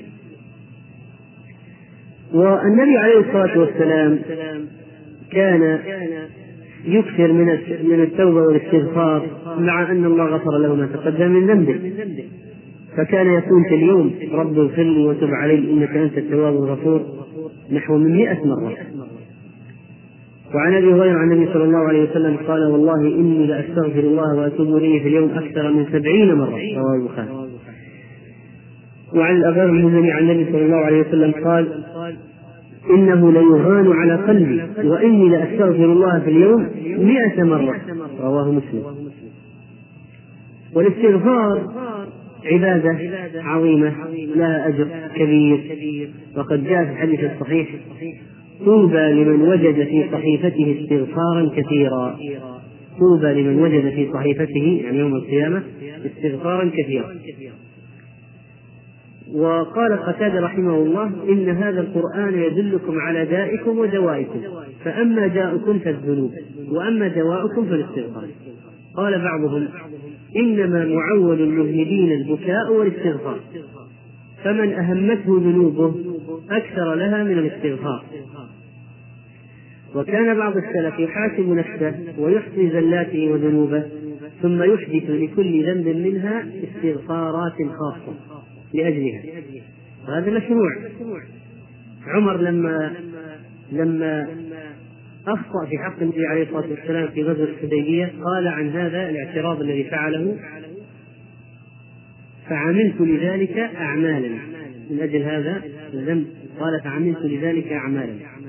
والنبي عليه الصلاة والسلام كان يكثر من التوبة والاستغفار، مع أن الله غفر له ما تقدم من ذنبه، فكان يقول في اليوم: رب اغفر لي وتب علي إنك أنت التواب الغفور نحو من مئة مرة. وعن أبي هريرة عن النبي صلى الله عليه وسلم قال: والله إني لأستغفر الله وأتوب إليه في اليوم أكثر من سبعين مرة. رواه البخاري. وعن الأبي المزني عن النبي صلى الله عليه وسلم قال: إنه ليهان على قلبي وإني لأستغفر الله في اليوم مئة مرة. رواه مسلم. والاستغفار عبادة عظيمة لها أجر كبير، وقد جاء في الحديث الصحيح: طوبى لمن وجد في صحيفته استغفارا كثيرا. طوبى لمن وجد في صحيفته يعني يوم القيامة استغفارا كثيرا. وقال قتادة رحمه الله: إن هذا القرآن يدلكم على دائكم ودوائكم، فأما داؤكم فالذنوب وأما دواؤكم فالاستغفار. قال بعضهم: إنما معول المذنبين البكاء والاستغفار، فمن أهمته ذنوبه أكثر لها من الاستغفار. وكان بعض السلف يحاسب نفسه ويحصي زلاته وذنوبه ثم يحدث لكل ذنب منها استغفارات خاصة لأجلها، وهذا مشروع. عمر لما لما أخطأ في حق النبي عليه الصلاة والسلام في غزوة الحديبية قال عن هذا الاعتراض الذي فعله: فعملت لذلك أعمالا. من أجل هذا الذنب قال: فعملت لذلك أعمالا.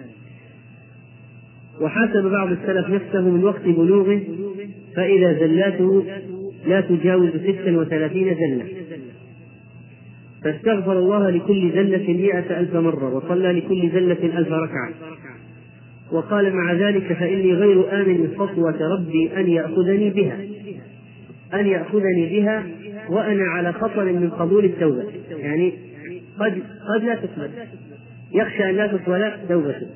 وحاسب بعض السلف نفسه من وقت بلوغه فإذا زلاته لا تجاوز ستا وثلاثين زلة، فاستغفر الله لكل زلة مئة ألف مرة وصلى لكل زلة ألف ركعة، وقال مع ذلك: فإني غير آمن خطوة ربي أن يأخذني بها أن يأخذني بها وأنا على خطر من قبول التوبة. يعني قد قد لا تقبل، يخشى أن لا تقبل توبته.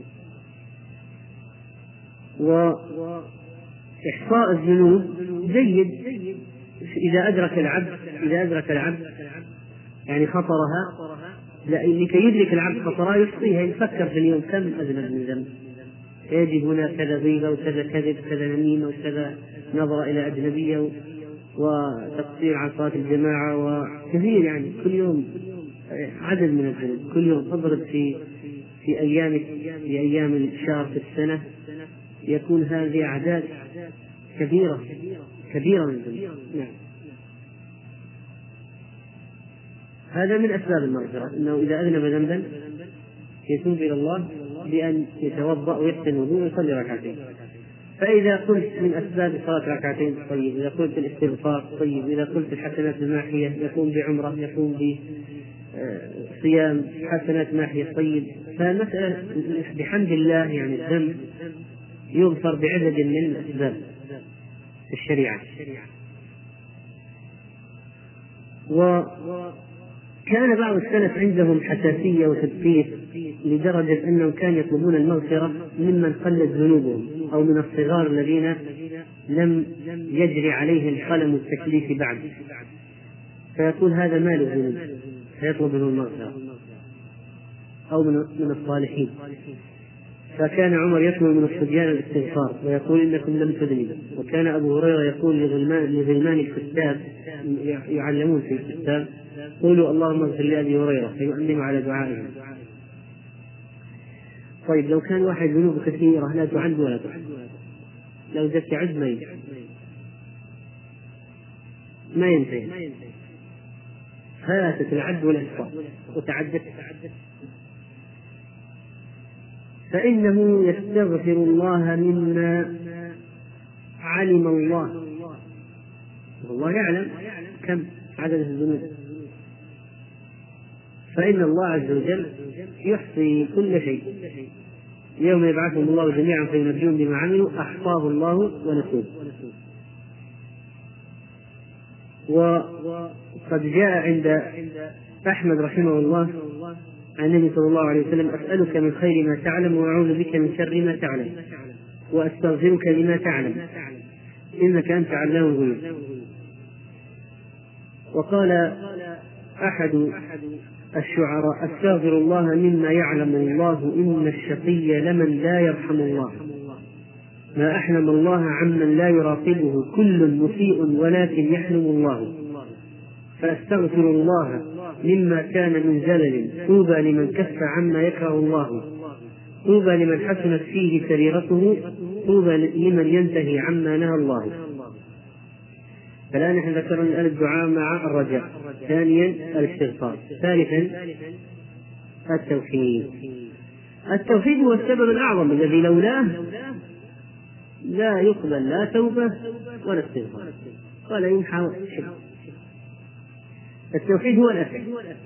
وإحصاء الذنوب جيد إذا أدرك العبد إذا أدرك العبد يعني خطرها، لكي يدرك العبد خطرها يحصيها، يفكر في اليوم كم أذنب من ذنب، يجد هنا كذا غيبة وكذا كذب كذا نميمة وكذا نظرة إلى أجنبية وتقصير عن صلاة الجماعة وكثير، يعني كل يوم عدد من الذنوب كل يوم. اضرب في في أيام في أيام الشهر في السنة يكون هذه أعداد كبيرة كبيرة من الذنوب. نعم. هذا من أسباب المغفرة، أنه إذا أذنب ذنبا يتوب إلى الله بأن يتوضأ ويحسن الوضوء ويصلي ركعتين. فإذا قلت من أسباب صلاة ركعتين طيب، إذا قلت الاستغفار طيب، إذا قلت الحسنات الماحية يقوم بعمرة يقوم بصيام حسنات ماحية طيب. فالمسألة بحمد الله يعني الذنب يغفر بعدد من الأسباب في الشريعة. وكان بعض السلف عندهم حساسية وتدقيق لدرجة أنهم كانوا يطلبون المغفرة ممن قلت ذنوبهم أو من الصغار الذين لم يجري عليهم قلم التكليف بعد، فيقول هذا مال الذنوب فيطلب منه المغفرة، أو من الصالحين. فكان عمر يطلب من الصبيان الاستغفار ويقول إنكم لم تذنبوا. وكان أبو هريرة يقول لغلمان الكتاب يعلمون في الكتاب قولوا اللهم اغفر لأبي هريرة فيؤمن على دعائهم. طيب لو كان واحد ذنوب كثيرة لا تعد ولا تحصى، لو جت تعد ما ينتهي ما ينتهي فاتت العد والإحصاء وتعدت، فإنه يستغفر الله مما علم الله، والله يعلم كم عدد الذنوب، فإن الله عز وجل يحصي كل شيء. يوم يبعثهم الله جميعا فينبئهم بما عملوا أحصاه الله ونسوه. وقد جاء عند أحمد رحمه الله عن النبي صلى الله عليه وسلم أسألك من خير ما تعلم وأعوذ بك من شر ما تعلم وأستغفرك لما تعلم إنك أنت علام الغيوب. وقال أحد الشعراء أستغفر الله مما يعلم الله إن الشقي لمن لا يرحم الله، ما أحلم الله عمن لا يراقبه كل مسيء ولكن يحلم الله، فأستغفر الله مما كان من زلل طوبى لمن كف عما يكره الله، طوبى لمن حسنت فيه سريرته، طوبى لمن ينتهي عما نهى الله. فالآن نحن ذكرنا الدعاء مع الرجاء، ثانيا الاستغفار، ثالثا التوحيد. التوحيد هو السبب الأعظم الذي لولاه لا يقبل لا توبة ولا استغفار ولا يمحى شيء. التوحيد هو الأساس،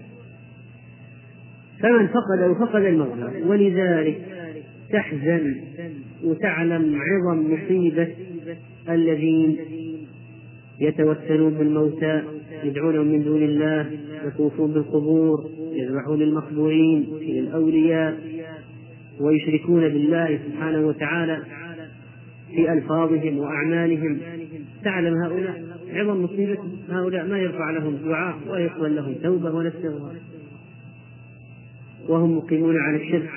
فمن فقده فقد المغفرة. ولذلك تحزن وتعلم عظم مصيبة الذين يتوسلون بالموتى يدعونهم من دون الله، يطوفون بالقبور، يذبحون للمقبورين للأولياء، ويشركون بالله سبحانه وتعالى في ألفاظهم وأعمالهم. تعلم هؤلاء عظم مصيبتهم، هؤلاء ما يرفع لهم دعاء ولا يقبل لهم توبة ولا استغفار، وهم مقيمون على الشرك،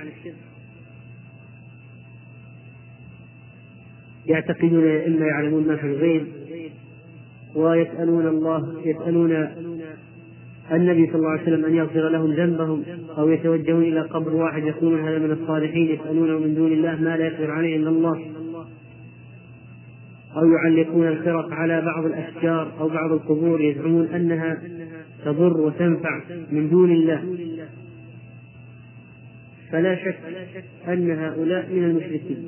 يعتقدون إما يعلمون ما في الغيب، ويسألون الله يسألون النبي صلى الله عليه وسلم أن يغفر لهم ذنبهم، أو يتوجهون إلى قبر واحد يقولون هذا من الصالحين يسألونه من دون الله ما لا يقدر عليه إلا الله، أو يعلقون الخرق على بعض الأشجار أو بعض القبور يزعمون أنها تضر وتنفع من دون الله. فلا شك أن هؤلاء من المشركين.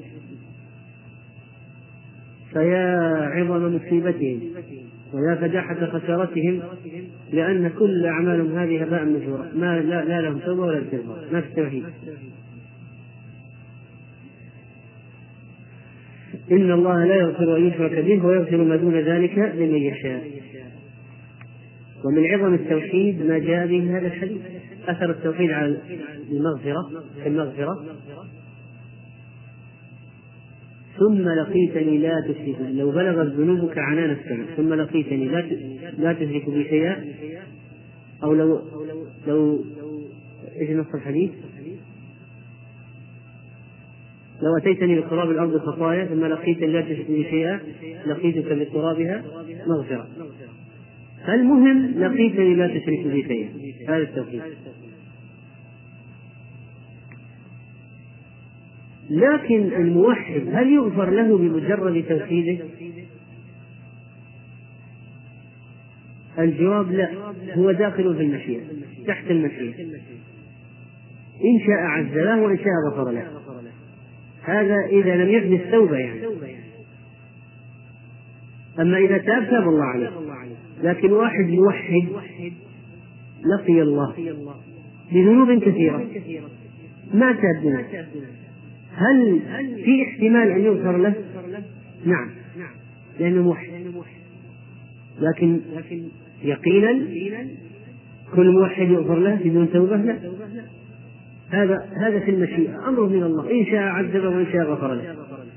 فيا عظم مصيبتهم ويا فداحة خسارتهم، لأن كل أعمالهم هذه هباء منثورا، ما لا, لا لهم توبة ولا استغفار، ما في التوحيد. إن الله لا يغفر أن يشرك به ويغفر ما دون ذلك لمن يشاء. ومن عظم التوحيد ما جاء به هذا الحديث أثر التوحيد على المغفرة المغفرة ثم لقيتني لا تشرك، لو بلغت ذنوبك عنان السماء ثم لقيتني لا لا تشرك بي شيئا، أو لو لو إيش نص الحديث؟ لو أتيتني بقراب الأرض خطايا ثم لقيتني لا تشرك بي شيئا لقيتك بقرابها مغفرة. فالمهم لقيتني لا تشرك بي شيئا، هذا التوحيد. لكن الموحد هل يغفر له بمجرد توحيده؟ الجواب لا، هو داخل في المشيئة، تحت المشيئة، إن شاء عز له وإن شاء غفر له. هذا إذا لم يحدث توبة يعني. أما إذا تاب تاب الله عليه. لكن واحد موحد لقي الله بذنوب كثيرة ما تاب منها، هل في احتمال أن يغفر له؟ نعم، لأنه موحد. لكن يقينا كل موحد يغفر له بدون توبة؟ لا، هذا هذا في المشيئة، أمره من الله، إن شاء عذبه وإن شاء غفر له.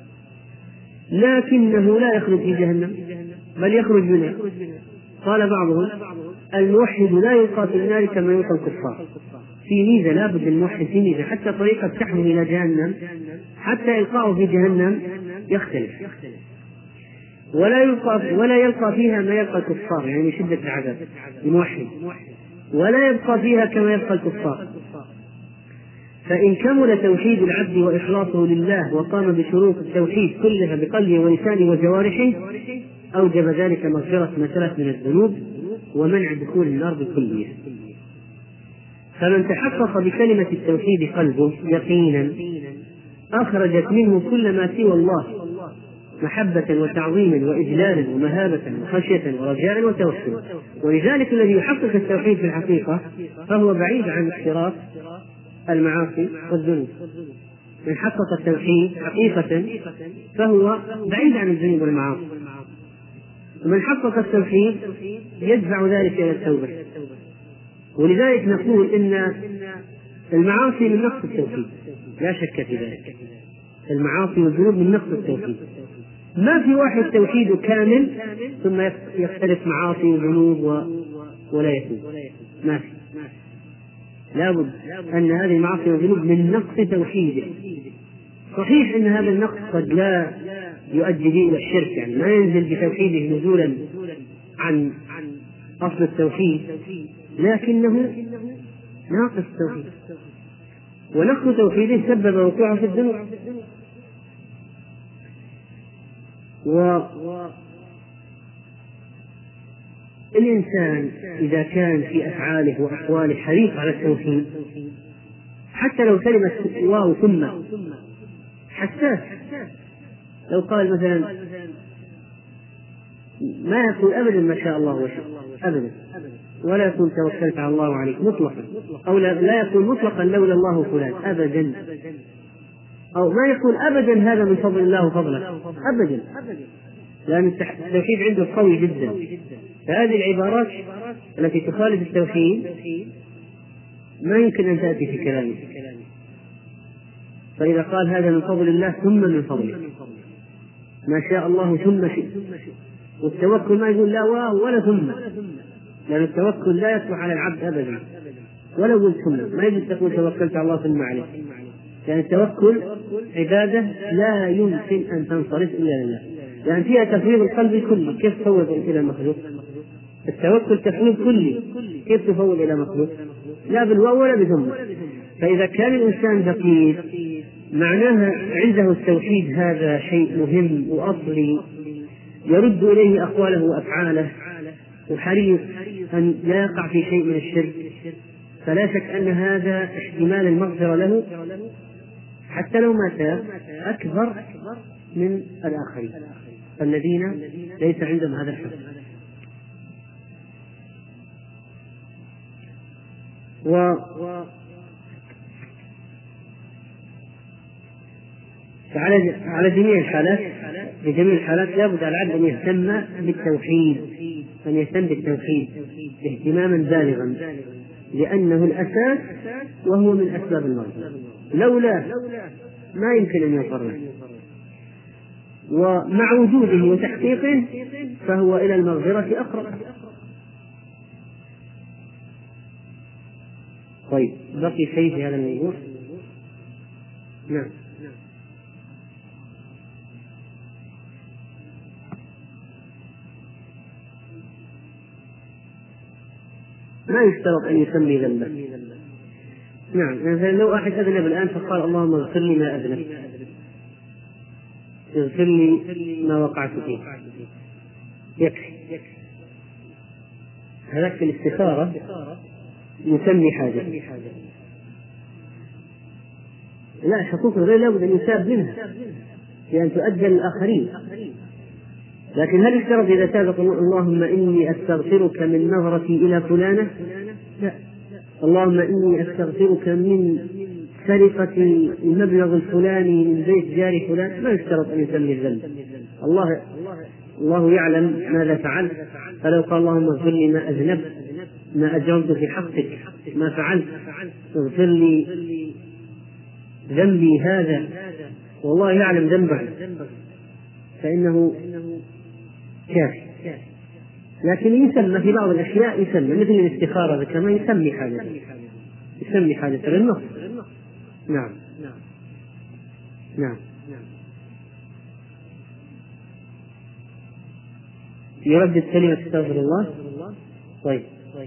لكنه لا يخرج في جهنم بل يخرج منها. قال بعضهم الموحد لا يلقى في النار كما يلقى الكفار. في ميزة لابد الموحد في ميزة، حتى طريقة سحبه إلى جهنم حتى إلقاؤه في جهنم يختلف، ولا يلقى ولا يلقى فيها ما يلقى الكفار، يعني شدة العذاب الموحد، ولا يبقى فيها كما يبقى الكفار. فإن كمل توحيد العبد وإخلاصه لله وقام بشروط التوحيد كلها بقلبه ولسانه وجوارحه أوجب ذلك مغفرة ما سلف من الذنوب ومنع دخول النار بالكلية. فمن تحقق بكلمة التوحيد قلبه يقينا أخرجت منه كل ما سوى الله محبة وتعظيما وإجلالا ومهابة وخشية ورجاء وتوكل. ولذلك الذي يحقق التوحيد في الحقيقة فهو بعيد عن اقتراف المعاصي والذنوب. من حقق التوحيد حقيقة فهو بعيد عن الذنوب والمعاصي، ومن حقق التوحيد يدفع ذلك إلى التوبة. ولذلك نقول إن المعاصي من نقص التوحيد، لا شك في ذلك، المعاصي والذنوب من نقص التوحيد. ما في واحد توحيده كامل ثم يختلف معاصي وذنوب ولا يتوب، ما في. لابد أن هذه المعاصي والذنوب من نقص توحيده. صحيح أن هذا النقص قد لا يؤدي به إلى الشرك، يعني ما ينزل بتوحيده نزولا عن أصل التوحيد، لكنه ناقص التوحيد، ونقص توحيده سبب وقوعه في الذنوب. والإنسان إذا كان في أفعاله وأقواله حريص على التوحيد، حتى لو كلمة واو ثم حساس، لو قال مثلا ما يقول أبدا ما شاء الله وشاء أبدا، ولا يقول توكلت على الله عليك مطلقا، أو لا يقول مطلقا لولا الله فلان أبدا، أو ما يقول أبدا هذا من فضل الله وفضله أبدا، لأن التوحيد عنده قوي جدا. فهذه العبارات التي تخالف التوحيد ما يمكن أن تأتي في كلامه. فإذا قال هذا من فضل الله ثم من فضله، ما شاء الله ثم شئ. والتوكل ما يقول لا واو ولا ثم، لأن التوكل لا يصلح على العبد أبدا، ولا يقول ثم، ما يجب تقول توكلت على الله ثم عليه، لأن التوكل عبادة لا يمكن أن تنصرف إلا لله، لأن فيها تفويض القلب الكلي. كيف تفوض إلى المخلوق؟ التوكل تفويض كلي، كيف تفوض إلى مخلوق؟ لا بالواو ولا بثم. فإذا كان الإنسان دقيق معناها عنده التوحيد هذا شيء مهم وأصلي يرد إليه أقواله وأفعاله، وحريص أن لا يقع في شيء من الشرك، فلا شك أن هذا احتمال المغفرة له حتى لو ما تاب أكبر من الآخرين الذين ليس عندهم هذا الحق. و على جميع الحالات في جميع الحالات لابد على العبد أن يهتم بالتوحيد، أن يهتم بالتوحيد اهتماما بالغا، لأنه الأساس وهو من أسباب المغفرة، لولا ما يمكن أن يغفر له، ومع وجوده وتحقيقه فهو إلى المغفرة أقرب. طيب بقي شيء في هذا الموضوع؟ نعم. ما يشترط أن يسمي ذنبا. نعم، مثلا لو أحد أذنب الآن فقال اللهم اغفر لي ما أذنب، اغفر لي ما وقعت فيه، يكفي. هذاك في الاستخارة يسمي حاجة. لا، حقوق الغير لابد أن يتاب منها لأن تؤدى للآخرين. لكن هل يشترط إذا تاب اللهم إني أستغفرك من نظرتي إلى فلانة؟ لا. اللهم إني أستغفرك من سرقة المبلغ الفلاني من بيت جاري فلان، ما يشترط أن يسمي الذنب. الله الله يعلم ماذا فعل، فلو قال اللهم اغفر لي ما أذنبت، ما أجرمت في حقك، ما فعلت، اغفر لي ذنبي هذا، والله يعلم ذنبه، فإنه كافي. لكن يسمى في بعض الأشياء، يسمى مثل الاستخارة كما يسمي حاجة، يسمي حاجة للنص. نعم نعم. يردد كلمة استغفر الله. طيب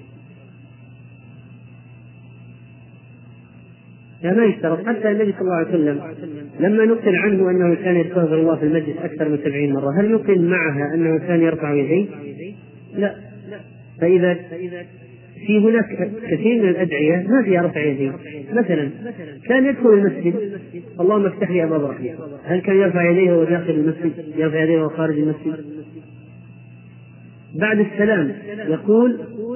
لا، ما يشترط. حتى النبي صلى الله عليه وسلم لما نقل عنه أنه كان يستغفر الله في المجلس أكثر من سبعين مرة، هل نقل معها أنه كان يرفع يديه؟ لا. فإذا في هناك كثير من الأدعية ما فيها رفع يديه. مثلا كان يدخل المسجد اللهم افتح لي أبواب رحمتك، هل كان يرفع يديه وهو داخل المسجد؟ يرفع يديه وهو خارج المسجد؟ بعد السلام يقول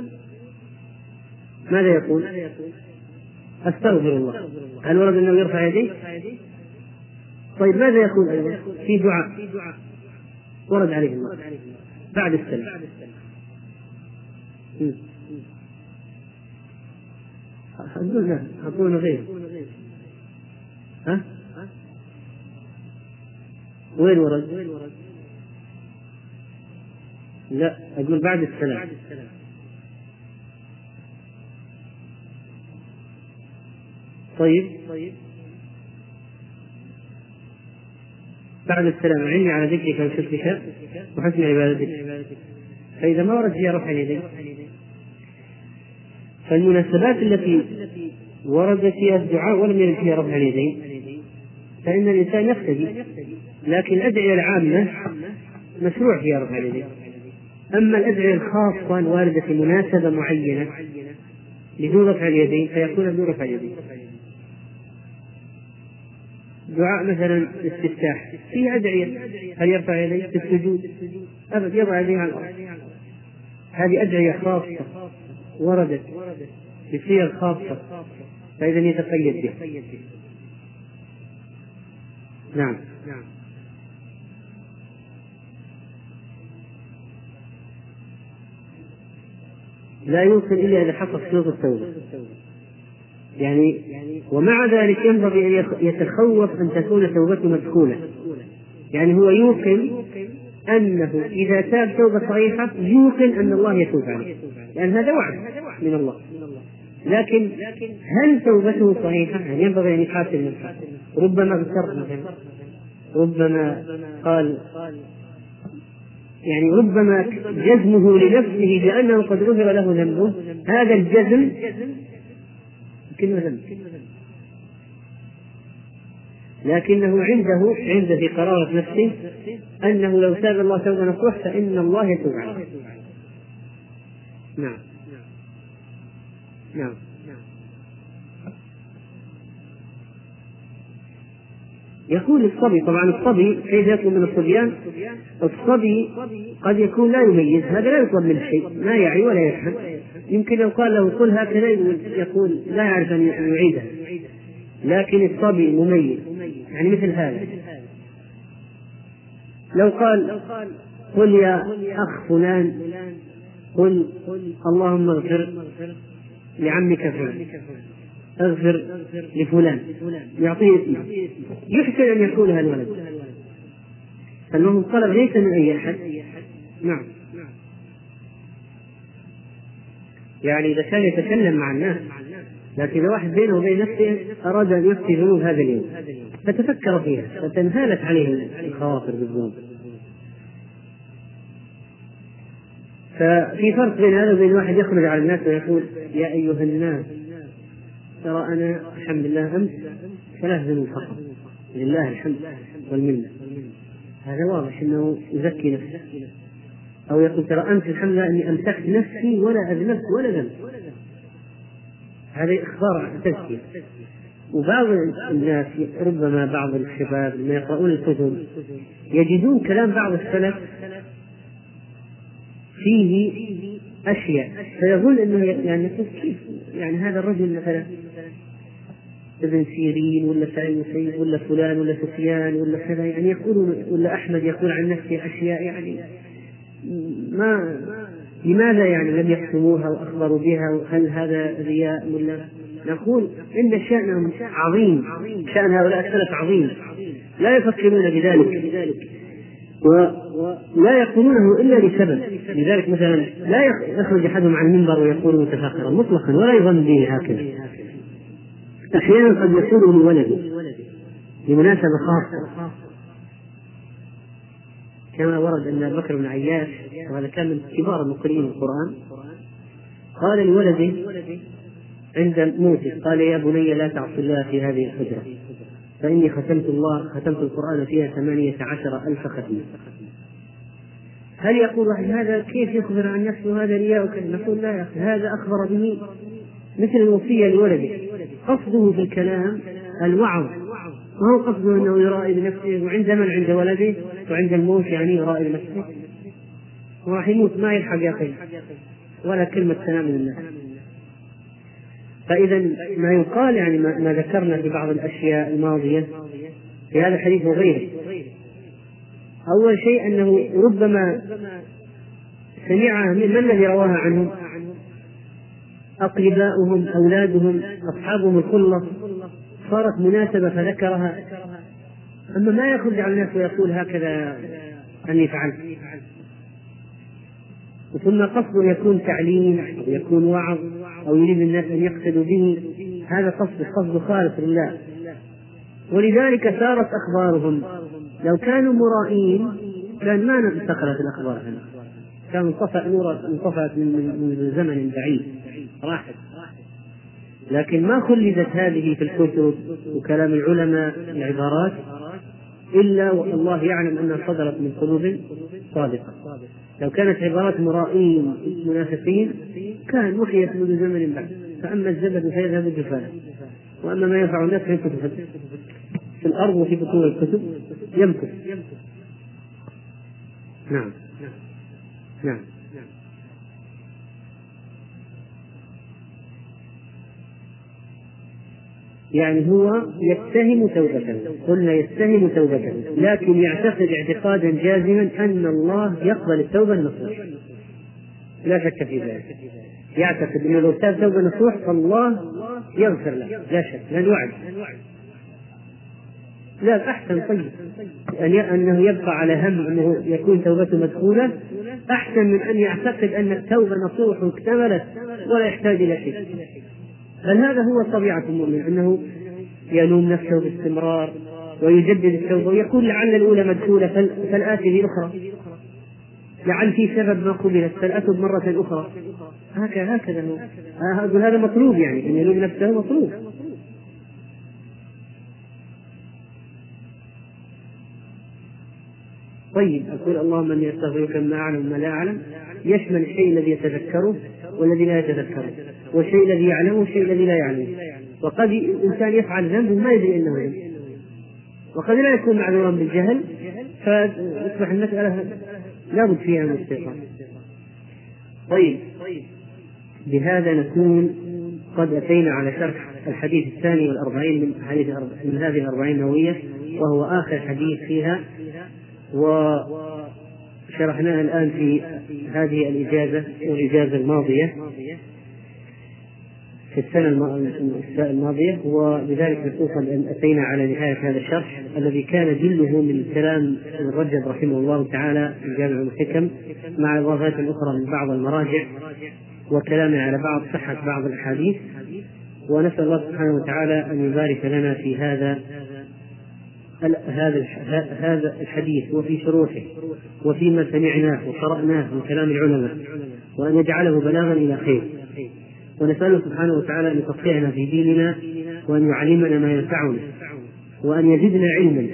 ماذا يقول؟ أستغفر الله. هل ورد أنه يرفع يديه؟ طيب ماذا يقول أيضا؟ في دعاء ورد عليه الله بعد السلام. أقول لا، أقول غير. ها؟ وين ورد؟ لا، أقول بعد السلام. طيب بعد السلام أعني على ذكرك وشكرك وحسن عبادتك. فإذا ما ورد فيها رفع اليدين، فالمناسبات التي ورد فيها الدعاء ولم يرد فيها رفع اليدين فإن الإنسان يقتدي. لكن الأدعية العامة مشروع فيها رفع اليدين. أما الأدعية الخاصة الواردة في مناسبة معينة بدون رفع اليدين فيكون بدون رفع اليدين. دعاء مثلا الاستفتاح فيه أدعية، هل يرفع يديه في السجود؟ أبد، يضع يديه على الأرض. هذه أدعية خاصة وردت بصيغ خاصة، فإذا يتقيد به. نعم. لا يوصل إلا إذا حقق شروط التوبة. يعني ومع ذلك ينبغي أن يتخوف أن تكون توبته مدخولة. يعني هو يوقن أنه إذا تاب توبة صحيحة يوقن أن الله يتوب عليه، لأن هذا وعد من الله. لكن هل توبته صحيحة؟ يعني ينبغي أن يحاسب نفسه. ربما اغتر مثلا، ربما قال، يعني ربما جزمه لنفسه بأنه قد غفر له ذنبه، هذا الجزم كله ذنب، لكنه عنده عند في قرارة نفسه أنه لو تاب الله توبة نصوح فإن الله يتوب عليه. نعم نعم. يقول الصبي، طبعا الصبي كيف يطلب من الصبيان؟ الصبي قد يكون لا يميز، هذا لا يطلب من شيء، ما يعي ولا يفهم. يمكن لو قال له قل هكذا يقول لا يعرف أن يعيدها. لكن الصبي مميز، يعني مثل هذا لو قال قل يا أخ فلان قل اللهم اغفر لعمك فلان، اغفر لفلان، يعطيه اسمه، يحسن أن يقولها الولد. فالمهم الطلب ليس من أي أحد. نعم، يعني إذا كان يتكلم مع الناس، لكن إذا واحد بينه وبين نفسه أراد أن يخفي ذنوب هذا اليوم فتفكر فيها فتنهالت عليه الخواطر بالذنوب. ففي فرق بين هذا وبين واحد يخرج على الناس ويقول يا أيها الناس ترى أنا الحمد لله أمس ثلاث ذنوب فقط لله الحمد والمنة، هذا واضح أنه يزكي نفسه. أو يقول ترى أمس الحمد لله أني أمسكت نفسي ولا أذنبت ولا ذنب، هذا إخبار عن تزكية. وبعض الناس ربما بعض الشباب لما يقرؤون الكتب يجدون كلام بعض السلف فيه أشياء فيظن أنه يعني كيف يعني هذا الرجل مثلا ابن سيرين ولا سعيد سعيد ولا فلان ولا سفيان ولا كذا يعني يقول، ولا أحمد يقول عن نفسه أشياء يعني ما لماذا يعني لم يحسموها وأخبروا بها؟ هل هذا رياء ولا؟ نقول إن شأنهم عظيم، شأن هؤلاء السلف عظيم، لا يفكرون بذلك ولا يقولونه إلا لسبب. لذلك مثلا لا يخرج أحدهم عن المنبر ويقول متفاخرا مطلقا ولا يظن به هكذا. أحيانا قد يقوله لولده لمناسبة خاصة، كما ورد أن أبي بكر بن عياش وهذا كان من كبار المقرئين القرآن قال لولده عند موته قال يا بني لا تعص الله في هذه الحجرة فإني ختمت الله ختمت القرآن فيها ثمانية عشر ألف ختمة. هل يقول واحد هذا كيف يخبر عن نفسه هذا رياء وكذا؟ نقول لا يا أخي، هذا أخبر به مثل الوصية لولده، قصده في الكلام الوعظ، وهو قصده أنه يرائي بنفسه، وعند من؟ عند ولده، وعند الموت يعني يرائي بنفسه، وراح يموت ما يلحق يأخذ ولا كلمة سلام من الناس. فإذا ما يقال يعني ما ذكرنا في بعض الأشياء الماضية في هذا الحديث وغيره، أول شيء أنه ربما سمعها من الذي رواها عنهم؟ أقرباؤهم، أولادهم، أصحابهم الخلة، صارت مناسبة فذكرها. أما ما يخرج على الناس ويقول هكذا أني فعلت، ثم قصده يكون تعليم أو يكون وعظ أو يريد الناس أن يقصدوا به، هذا قصد قصد خالص لله. ولذلك صارت أخبارهم لو كانوا مرائين كان ما انتقلت الأخبار عنه، كان انطفأ نور انطفأت من زمن بعيد راحت. لكن ما خلدت هذه في الكتب وكلام العلماء العبارات إلا والله يعلم أنها صدرت من قلوب صادقة. لو كانت عبارات مرائين منافقين كان وحيت منذ زمن بعد. فأما الزبد فيذهب جفاء، وأما ما ينفع الناس فيمكث في الأرض وفي بطون الكتب يمكث. نعم نعم يعني هو يتهم توبته، قلنا يتهم توبته، لكن يعتقد اعتقادا جازما أن الله يقبل التوبة النصوح، لا شك في ذلك. يعتقد أنه لو تاب توبة نصوح فالله يغفر له، لا شك، لا وعد. لا أحسن طيب أن أنه يبقى على هم أنه يكون توبته مدخولة أحسن من أن يعتقد أن التوبة نصوح واكتملت ولا يحتاج إلى شيء. بل هذا هو طبيعة المؤمن، أنه يلوم نفسه باستمرار ويجدد التوبة ويقول لعل الأولى مدخولة فالآتي الأخرى، لعل في سبب ما قبلت فالأتب مرة أخرى. هكذا هكذا هو هذا مطلوب، يعني أن يلوم نفسه مطلوب. طيب أقول اللهم إني أستغفرك ما أعلم ما لا أعلم يشمل الشيء الذي يتذكره والذي لا يتذكره، والشيء الذي يعلمه والشيء الذي لا يعلمه. وقد الإنسان يفعل ذنب ما يدري أنه ذنب، وقد لا يكون معذورا بالجهل فيصبح المسألة لا بد فيها من استيقاظ. طيب بهذا نكون قد أتينا على شرح الحديث الثاني والأربعين من حديث من هذه الأربعين النووية، وهو آخر حديث فيها، وشرحناها الآن في هذه الإجازة والإجازة الماضية. في السنة الماضية، وبذلك نصوصا أن أتينا على نهاية هذا الشرح الذي كان جله من كلام ابن رجب رحمه الله تعالى في جامع الحكم مع إضافات أخرى من بعض المراجع وكلامه على بعض صحة بعض الأحاديث. ونسأل الله سبحانه وتعالى أن يبارك لنا في هذا هذا هذا الحديث وفي شروحه وفيما سمعناه وقرأناه من كلام العلماء، وأن يجعله بلاغا إلى خير. ونسأله سبحانه وتعالى أن يفقهنا في ديننا، وأن يعلمنا ما ينفعنا، وأن يزدنا علما.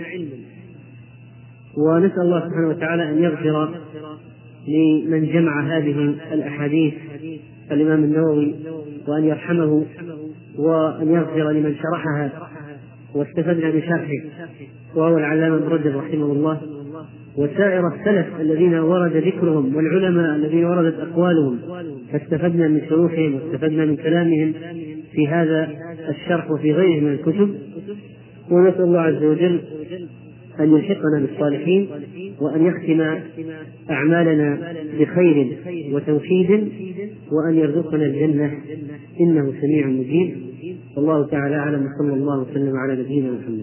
ونسأل الله سبحانه وتعالى أن يغفر لمن جمع هذه الأحاديث الإمام النووي، وأن يرحمه، وأن يغفر لمن شرحها واستفدنا من شرحه وهو العلامة ابن رجب رحمه الله، وسائر السلف الذين ورد ذكرهم والعلماء الذين وردت أقوالهم فاستفدنا من شروحهم واستفدنا من كلامهم في هذا الشرح وفي غيره من الكتب. ونسأل الله عز وجل أن يلحقنا بالصالحين، وأن يختم أعمالنا بخير وتوحيد، وأن يرزقنا الجنة إنه سميع مجيب. والله تعالى أعلم، صلى الله وسلم على نبينا محمد.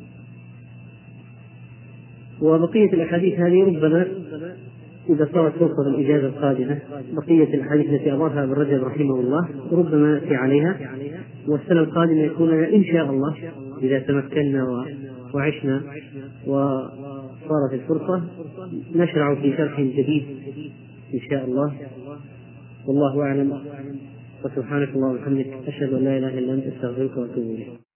وبقية الأحاديث هذه ربما إذا صارت فرصة الإجازة القادمة بقية الأحاديث التي أضافها ابن رجب رحمه الله ربما نأتي عليها، والسنة القادمة يكون لنا إن شاء الله إذا تمكنا وعشنا وصارت الفرصة نشرع في شرح جديد إن شاء الله. والله أعلم، وسبحانك اللهم وبحمدك، أشهد أن لا إله إلا أنت، أستغفرك وأتوب إليك.